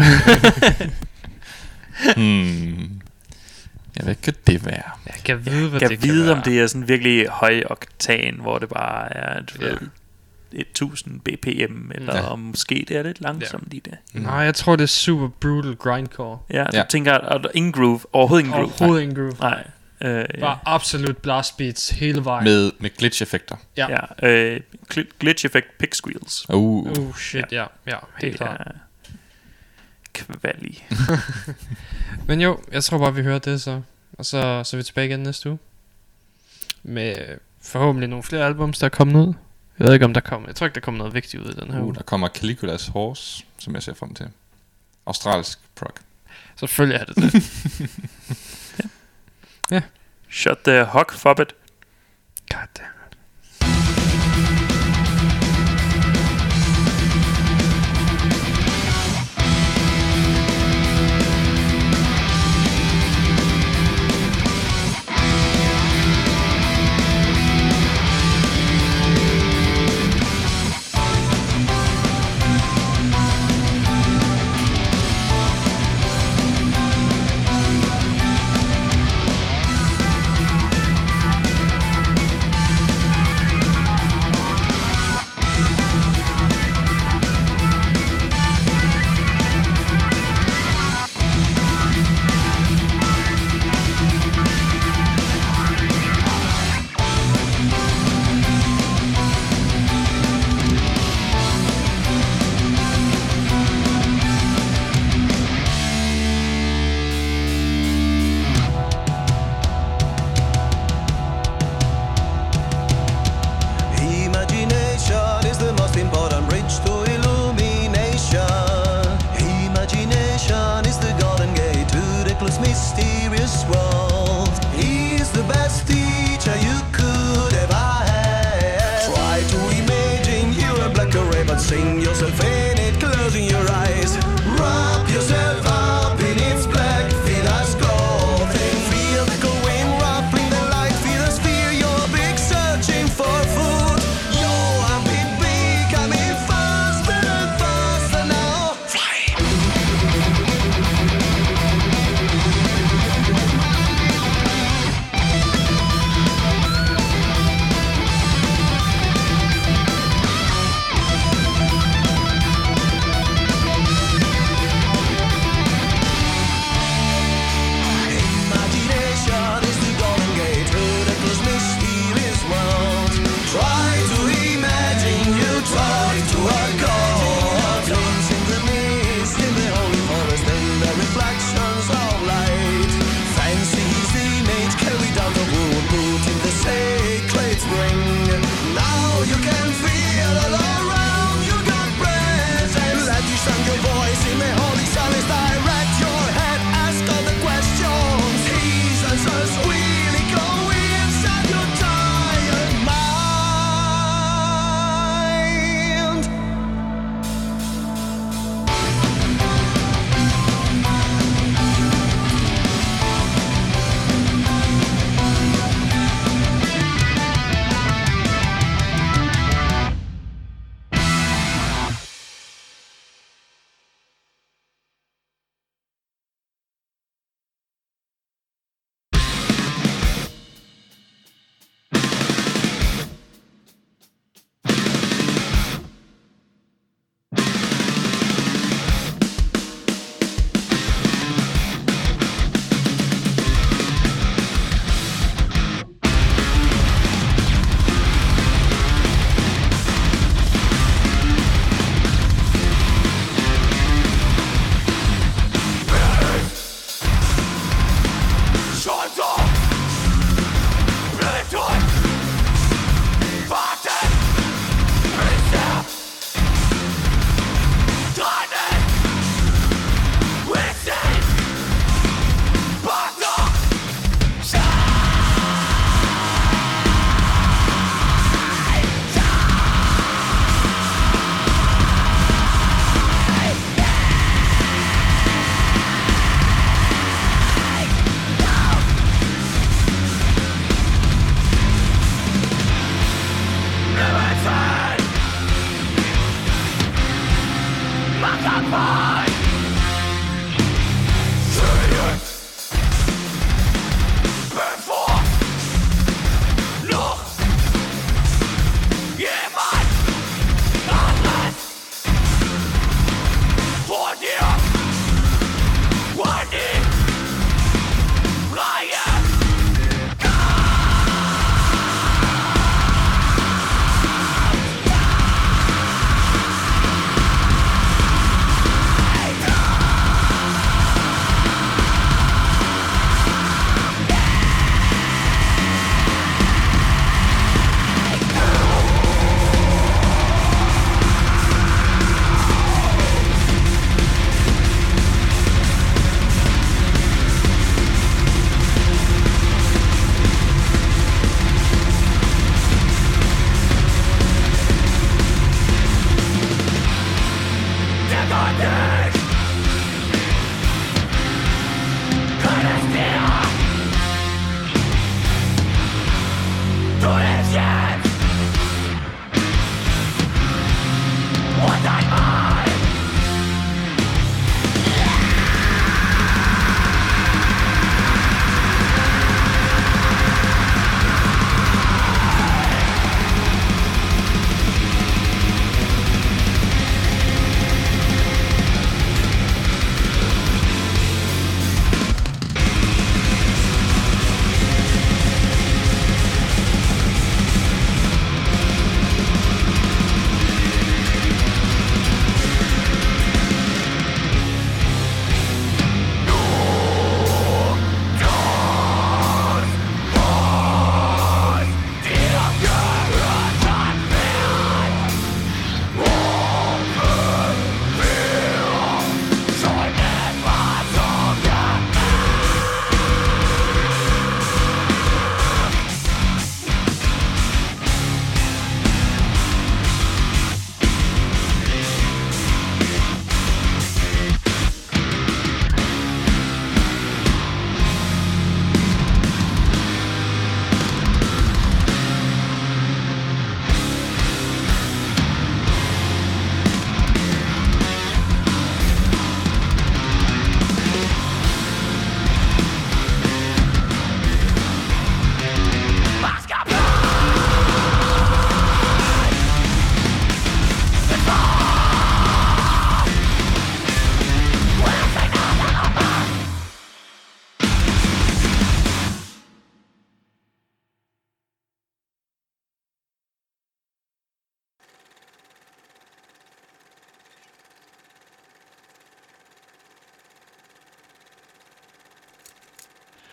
Ja, hvad kan det være? Jeg kan vide, hvad Jeg det kan vide, være. om det er sådan virkelig høj oktan, hvor det bare er 1000 bpm, eller om måske det er lidt langsomt i det. Nej, jeg tror, det er super brutal grindcore. Ja, du tænker, er der ingen groove? Overhovedet ingen groove? Overhovedet ingen groove. Nej. Bare absolut blast beats hele vejen. Med glitch-effekter. Ja. Glitch effect pick squeals. Shit, ja. Helt klart. er kvallig. Men jo, jeg tror bare, vi hører det så. Og så er vi tilbage igen næste uge. Med forhåbentlig nogle flere albums, der er kommet ud. Jeg ved ikke, om der kommer. Jeg tror ikke, der kommer noget vigtigt ud i den her uge. Der kommer Caligulas Horse, som jeg ser frem til. Australsk prog. Selvfølgelig er det det. Ja. Shut the hog fobbit. God damn.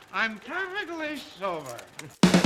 I'm perfectly sober.